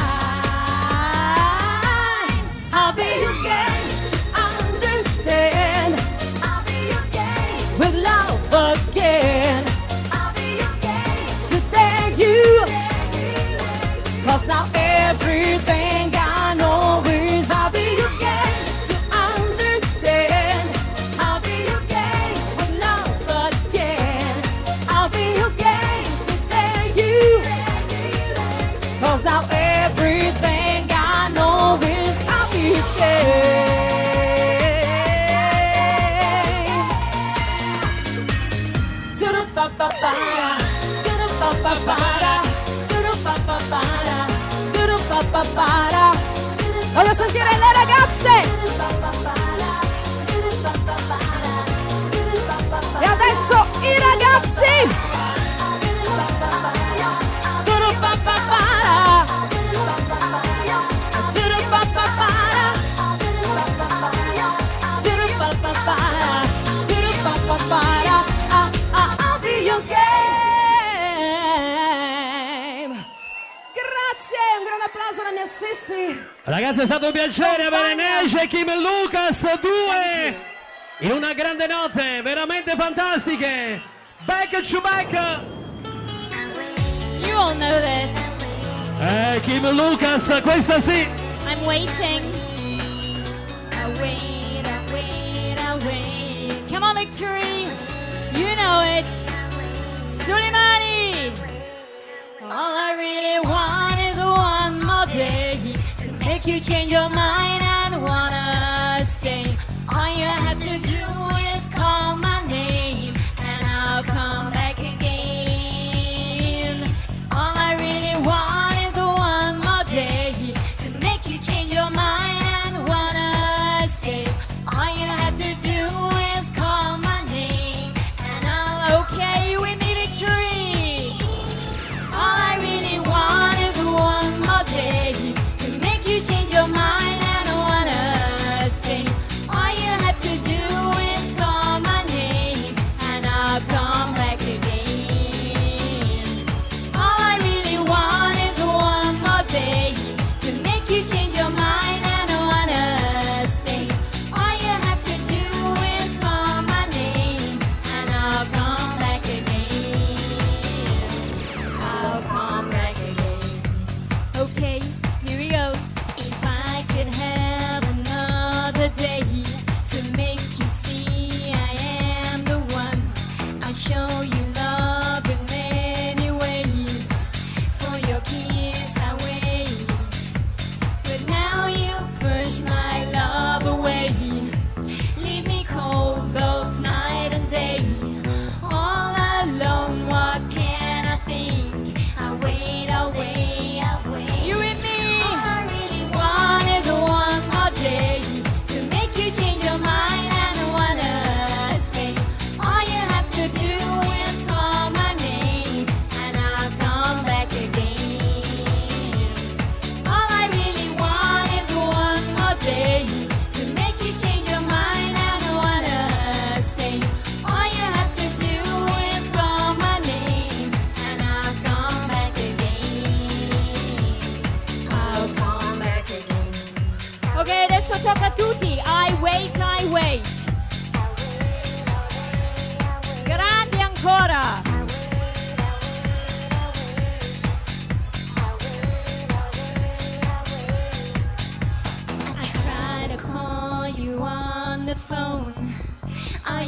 mind. I'll be your game to understand. I'll be your game with love again. I'll be your game to dare you. Cause now everything I know is I'll be your game to understand. I'll be your game with love again. I'll be your game to dare you. Cause now everything I know is I'll be your game. Turupapapara, turupapapara, turupapapara, turupapapara. Voglio sentire le ragazze. E adesso i ragazzi. Turupapapara, turupapapara, turupapapara, turupapapara. Ah, ah, I'll be your game. Grazie, un grande applauso alla mia Sissi. Ragazzi, è stato un piacere avere Neja e Kim Lucas, due in una grande notte, veramente fantastiche. Back to back. You all know this. Eh, Kim Lucas, questa sì. I'm waiting. I wait, I wait, I wait. Come on, Victory. You know it. Suleimani. All I really want is one more day to make you change your mind and wanna stay. All you have to do is call my name and I'll come back again. All I really want is one more day to make you change your mind and wanna stay. All you have to do is call my name and I'll okay with me, Victory. All I really want is one more day to make you change your mind and wanna stay. All you have to do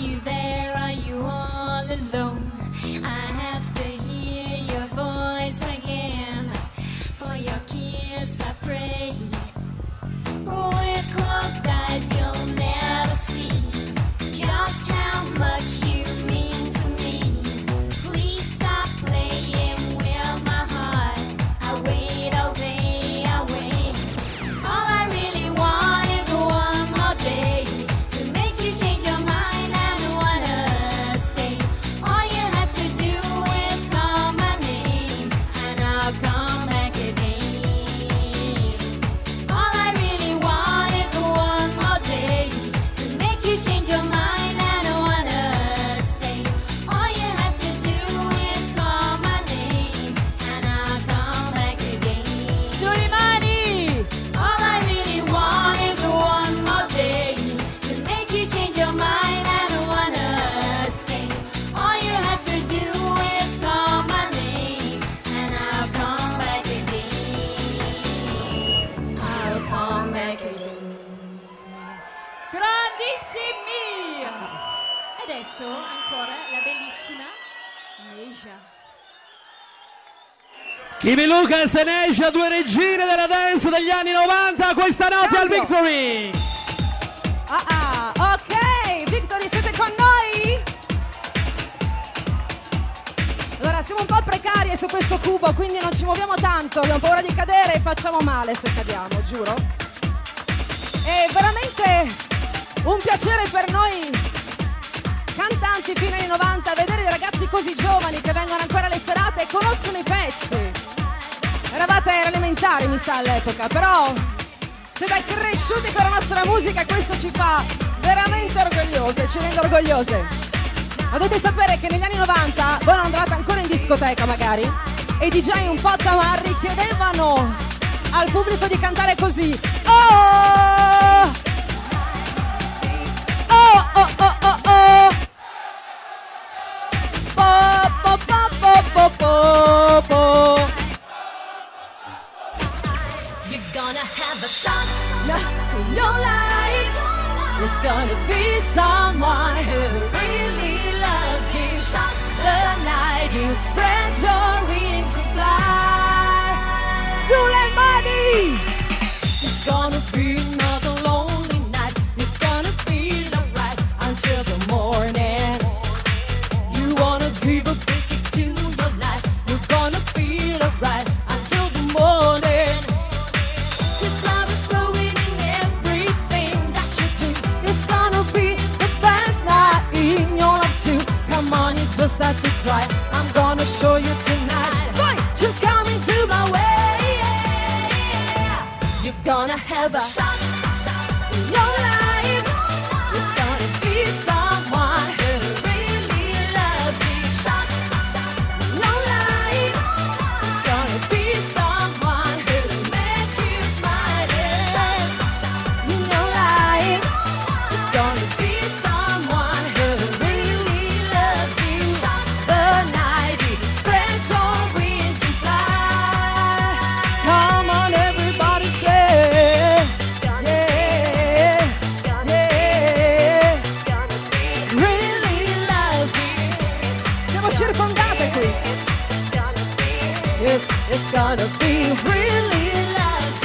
you there? Are you all alone? I have to hear your voice again. For your kiss I pray. With closed eyes you'll never see just how much you mean to me. Please stop playing with my heart. I wait all day, I wait. All I really want is one more day to make you change your mind and wanna stay. All you have to do is call my name and I'll come back again. All I really want is one more day to make you change your mind and wanna stay. All you have to do is call my name and I'll come back again. Sulle mani! All I really want is one more day to make you change your mind and wanna stay. All you have to do is call my name and I'll come back again. I'll come back again. Grandissimi! E adesso ancora la bellissima Neja. Kimi Lucas e Neja, due regine della dance degli anni novanta, questa notte al Victory. Ah ah, ok, Victory siete con noi? Allora siamo un po' precarie su questo cubo, quindi non ci muoviamo tanto, abbiamo paura di cadere e facciamo male se cadiamo, giuro. È veramente un piacere per noi cantanti fino anni novanta vedere dei ragazzi così giovani che vengono ancora alle serate e conoscono i pezzi. Eravate elementari mi sa all'epoca, però siete cresciuti con la nostra musica e questo ci fa veramente orgogliose, ci rende orgogliose. Ma dovete sapere che negli anni novanta voi non andavate ancora in discoteca magari e i D J un po' tamarri chiedevano al pubblico di cantare così. Oh! Oh oh oh oh oh! Po po po po po po po. You're gonna have a shot In your life, it's gonna be someone who really loves you. The night you spread your wings and fly. Sulle mani! It's gonna be another lonely night. It's gonna feel alright until the morning. You wanna give a big kick to your life. You're gonna feel alright until the morning. This love is flowing in everything that you do. It's gonna be the best night in your life too. Come on, you just have to try. I'm gonna show you tonight. Boy, just come into my way. You're gonna have a shot in your life. It's gonna be someone who really loves you. Shot in your life. It's gonna be someone who'll make you smile. In your life. It's gonna be someone who really loves you. The night you spread your wings and fly. Come on, everybody, say, yeah, yeah, really loves you. Siamo circondate qui. It's, it's gonna be really loves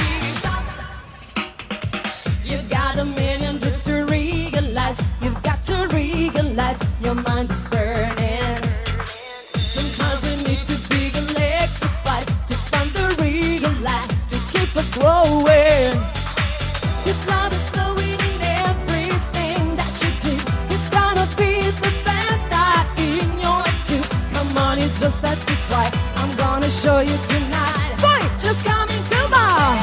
you. You got a million just to realize. You've got to realize your mind is burning. Sometimes we need to be electrified to find the real light to keep us growing. This love is flowing in everything that you do. It's gonna be the best night in your life too. Come on, you just have to try. I'm gonna show you tonight. Boy, just come into my.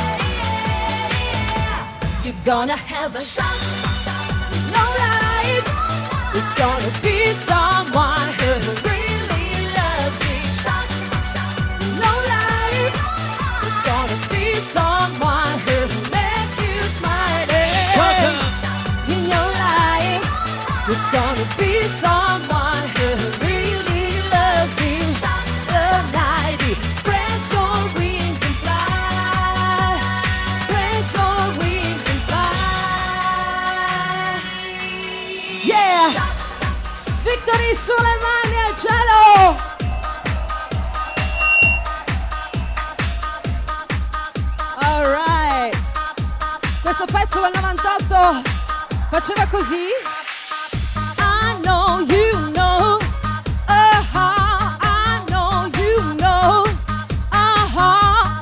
You're gonna have a shot. No life. It's gonna be someone who really loves you. Shot. No life. It's gonna be someone who'll make you smile. In your life. It's gonna be someone who really loves you. The night you spread your wings and fly. Spread your wings and fly. Yeah. Faceva così. I know you know. Uh-huh, I know you know. Uh-huh.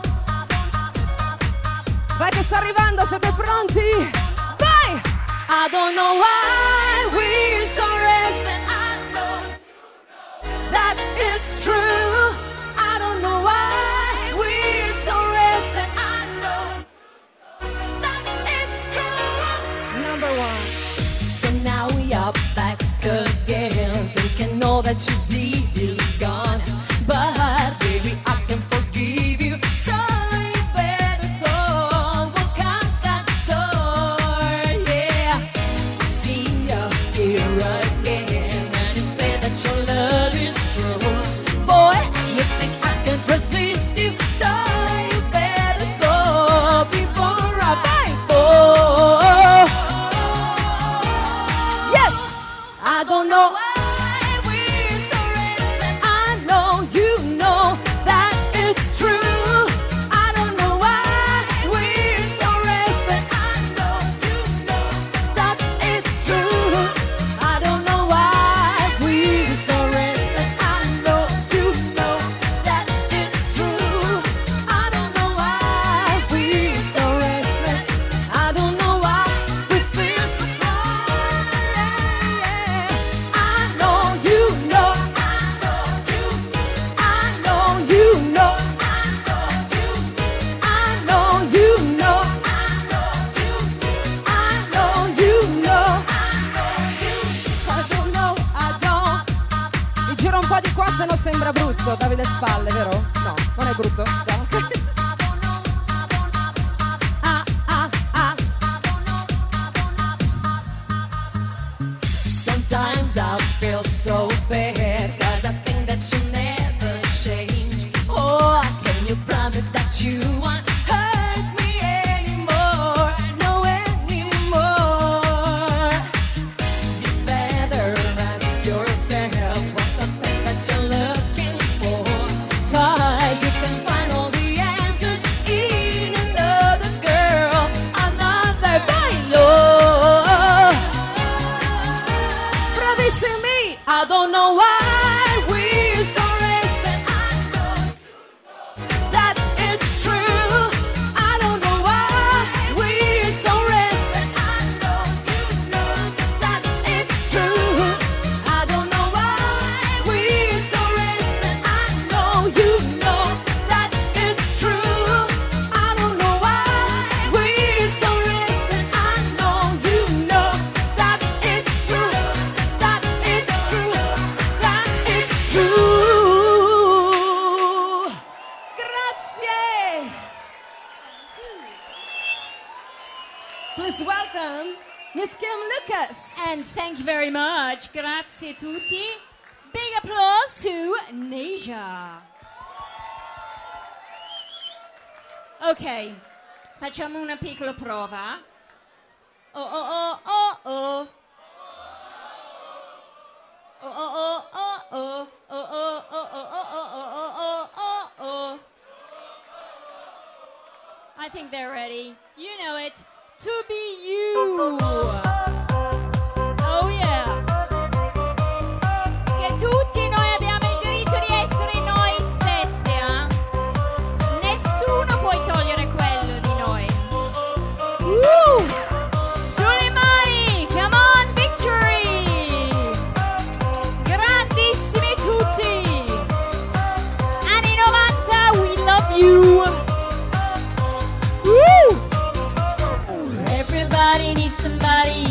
Vai che sta arrivando, siete pronti? Vai! I don't know why we're so restless. I know that it's true. I don't know why we're so restless. I know that it's true. Number one. So now we are back again, thinking all that you did is gone. But baby, I can forgive you. So you better go walk out that door. Yeah, I see you here again, and you say that your love is true. Boy, you think I can resist you? So you better go before I bite for. Yes, I don't know why we're so restless. I know you know that it's true. I don't know why we're so restless. I know you know that it's true. I don't know why we're so restless. I know you know that it's true. I don't know why we're so restless. I don't know why we feel so strong. I know you know. I know you know. I know you know. I know you know. I don't know, I don't. Mi giro un po' di qua se no sembra brutto, davi le spalle, vero? No, non è brutto. No. Ah, ah, ah. Sometimes I feel so bad, cause I think that you never change. Oh, can you promise that you won't hurt me anymore? No, anymore. You better ask yourself, what's the thing that you're looking for? Cause you can find all the answers in another girl, another bailo. Bravissimi, I don't know why we're so restless. I know that it's true. I don't know why we're so restless. I know you know that it's true. I don't know why we're so restless. I know you know that it's true. I don't know why we're so restless. I know you know that it's true. That it's true. That it's true. Grazie. Please welcome Miss Kim Lucas. And thank you very much. Grazie tutti. Big applause to Neja. Ok, facciamo una piccola prova. Oh oh oh oh oh. Oh oh oh oh oh. Oh oh oh oh oh oh oh oh oh oh. I think they're ready. You know it. To be you. Oh yeah. Che tutti noi abbiamo il diritto di essere noi stessi, eh? Nessuno può togliere quello di noi. Woo! Sulle mani, come on, victory! Grandissimi tutti! Anni novanta, we love you! Woo! Everybody needs somebody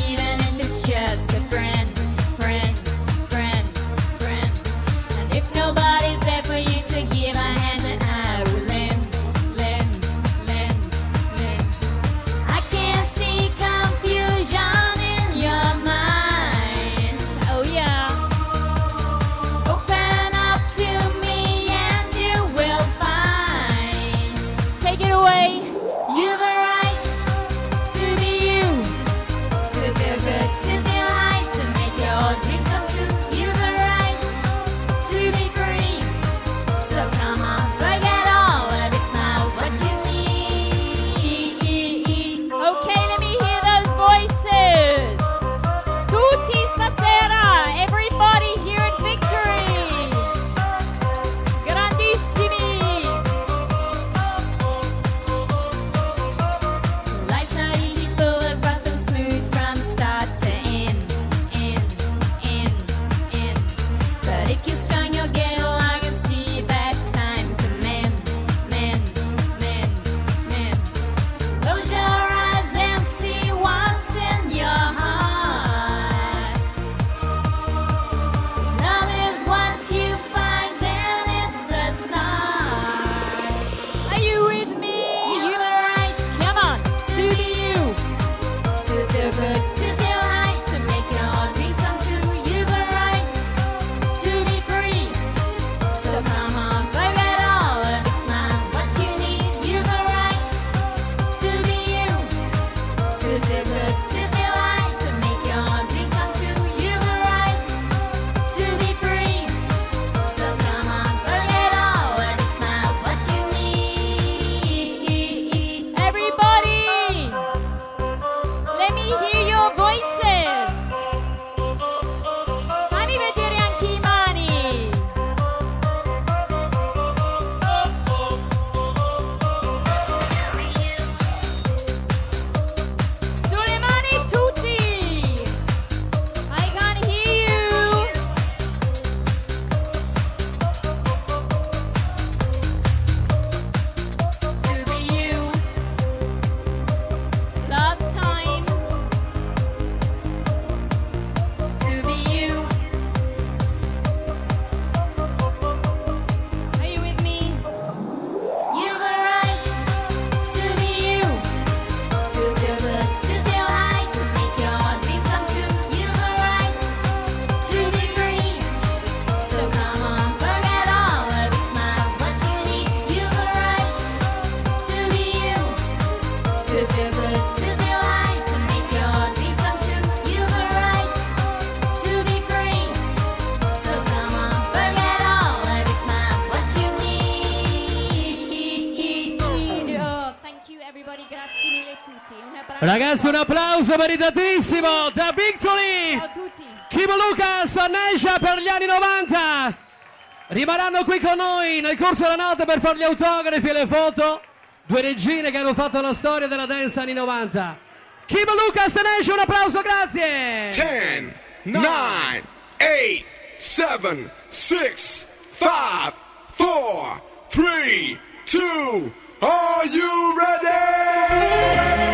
tutti. Un abbraccio. Ragazzi, un applauso meritatissimo da Victory. Ciao a tutti. Kibo Lucas, Nesha per gli anni novanta. Rimarranno qui con noi nel corso della notte per fare gli autografi e le foto. Due regine che hanno fatto la storia della dance anni novanta. Kibo Lucas e Nesha, un applauso, grazie. ten, nine, eight, seven, six, five, four, three, two, are you ready?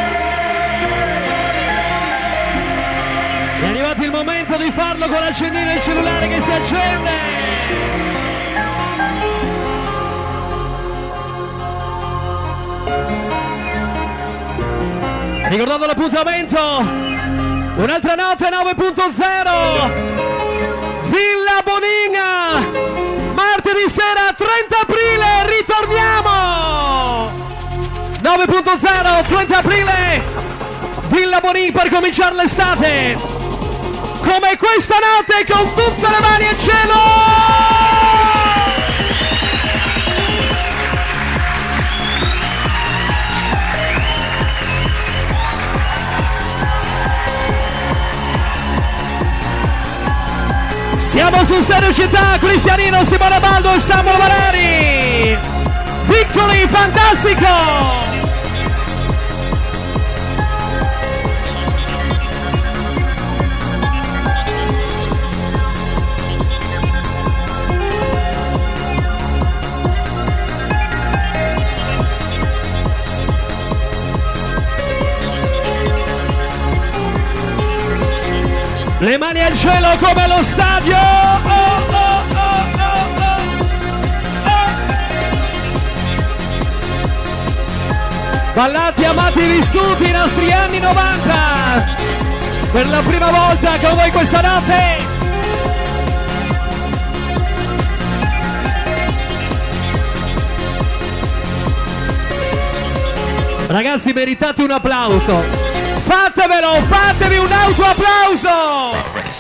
È arrivato il momento di farlo con l'accendino del cellulare che si accende. Ricordando l'appuntamento, un'altra notte nove punto zero, Villa Bonina, martedì sera trenta aprile, ritorniamo! nove punto zero, trenta aprile, Villa Bonina per cominciare l'estate, come questa notte con tutte le mani al cielo! Siamo su Stereo Città, Cristianino, Simone Baldo e Samuel Marari. Victory, fantastico! Le mani al cielo come lo stadio! Oh, oh, oh, oh, oh, oh. Ballati, amati, vissuti i nostri anni novanta! Per la prima volta con voi questa notte! Ragazzi, meritate un applauso! Fatevelo, fatevi un autoapplauso!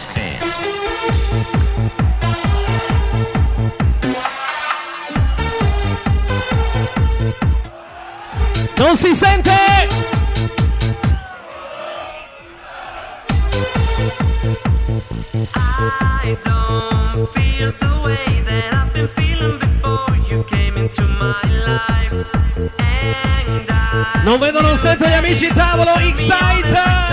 Non si sente? I don't feel the way that I've been feeling before you came into my life. And I non vedo, non sento gli amici tavolo, Excite!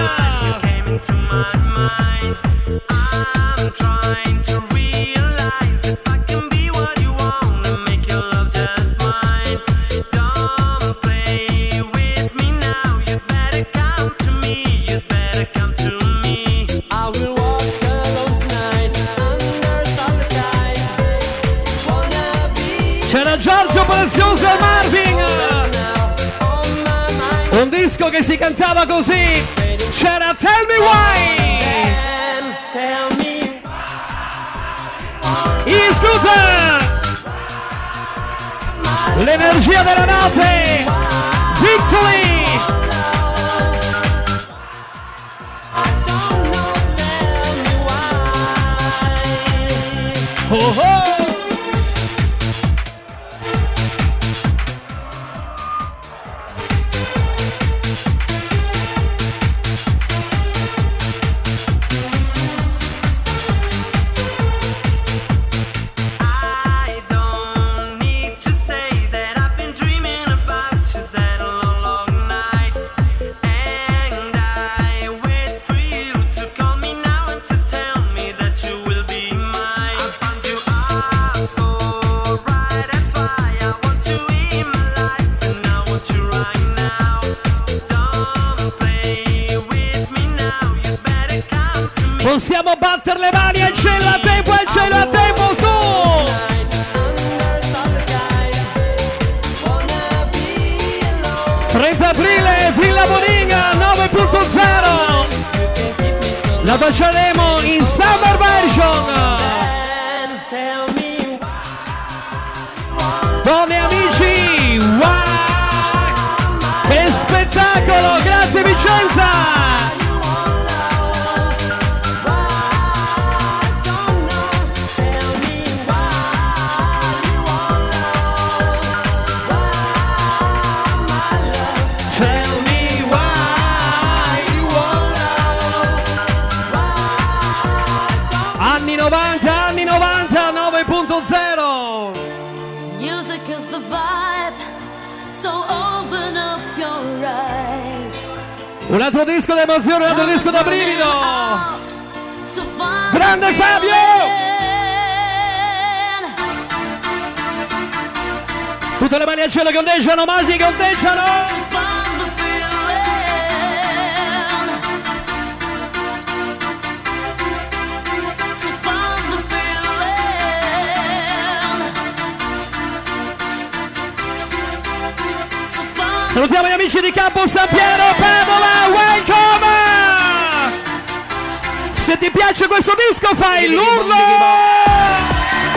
I'm trying to realize if I can be what you want and make your love just mine. Don't play with me now, you better come to me, you better come to me. I will walk alone tonight under starry skies. Wanna be. C'era Giorgio Prezioso e Marvin! Un disco che si cantava così, c'era Tell Me Why! Tell me I Scooter! L'energia della notte! Victory! Oh oh! Possiamo battere le mani al cielo, a tempo, al cielo, a tempo, su! trenta aprile, Villa Bonina, nove punto zero! La facciamo in summer version! Buoni amici! Wow! Che spettacolo! Grazie Vicenza! Tell me vero! Music is the vibe, so open up your eyes. Un altro disco d'emozione, un altro disco da brivido! So find Grande the Fabio! feeling. Tutte le mani al cielo che ondeggiano, mani che ondeggiano! So find the feeling. So find the feeling. So find Salutiamo gli amici di Campo San Piero, Padova, welcome! Se ti piace questo disco fai l'urlo!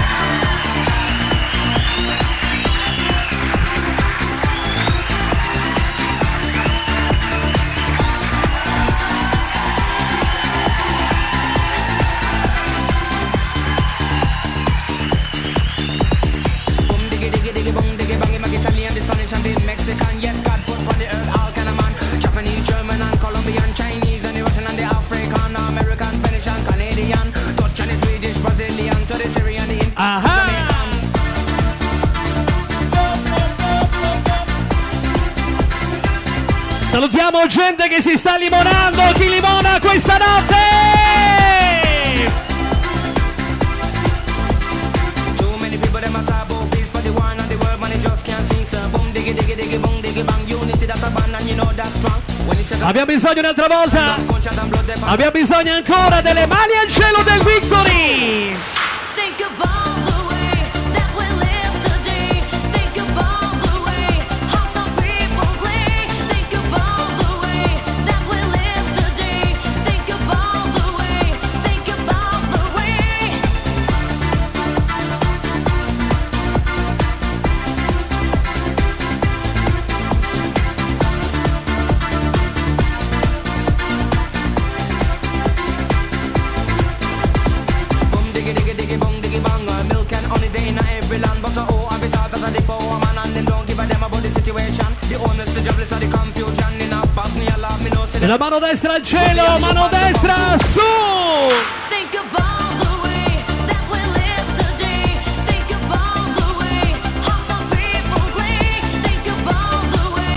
Italian, the Spanish and the Mexican. Yes, God put on the earth all kind of man. Japanese, German and Colombian, Chinese and the Russian and the African, American, Spanish and Canadian, Dutch and the Swedish, Brazilian, to the Syrian, the Indian, Jamaican. Salutiamo gente che si sta limonando, chi limona questa notte! Too many people them a talk about peace, but the war and the world man they just can't see. So boom diggy diggy diggy boom diggy bang, unity that's a band and you know that's strong. When it's a Abbiamo bisogno un'altra volta! Abbiamo bisogno ancora delle mani al cielo del Victory! Think about the way that we live today. Think about the way how some people play. Think about the way that we live today. Think about the way. Think about the way. boom diggy diggy diggy boom diggy bang. Uh, milk and honey they in every land, but the oh I be thought as a depot a man and them don't give a damn about the situation. The honest, the jobless, and the confusion in a past me a love me no. La mano destra al cielo, mano destra!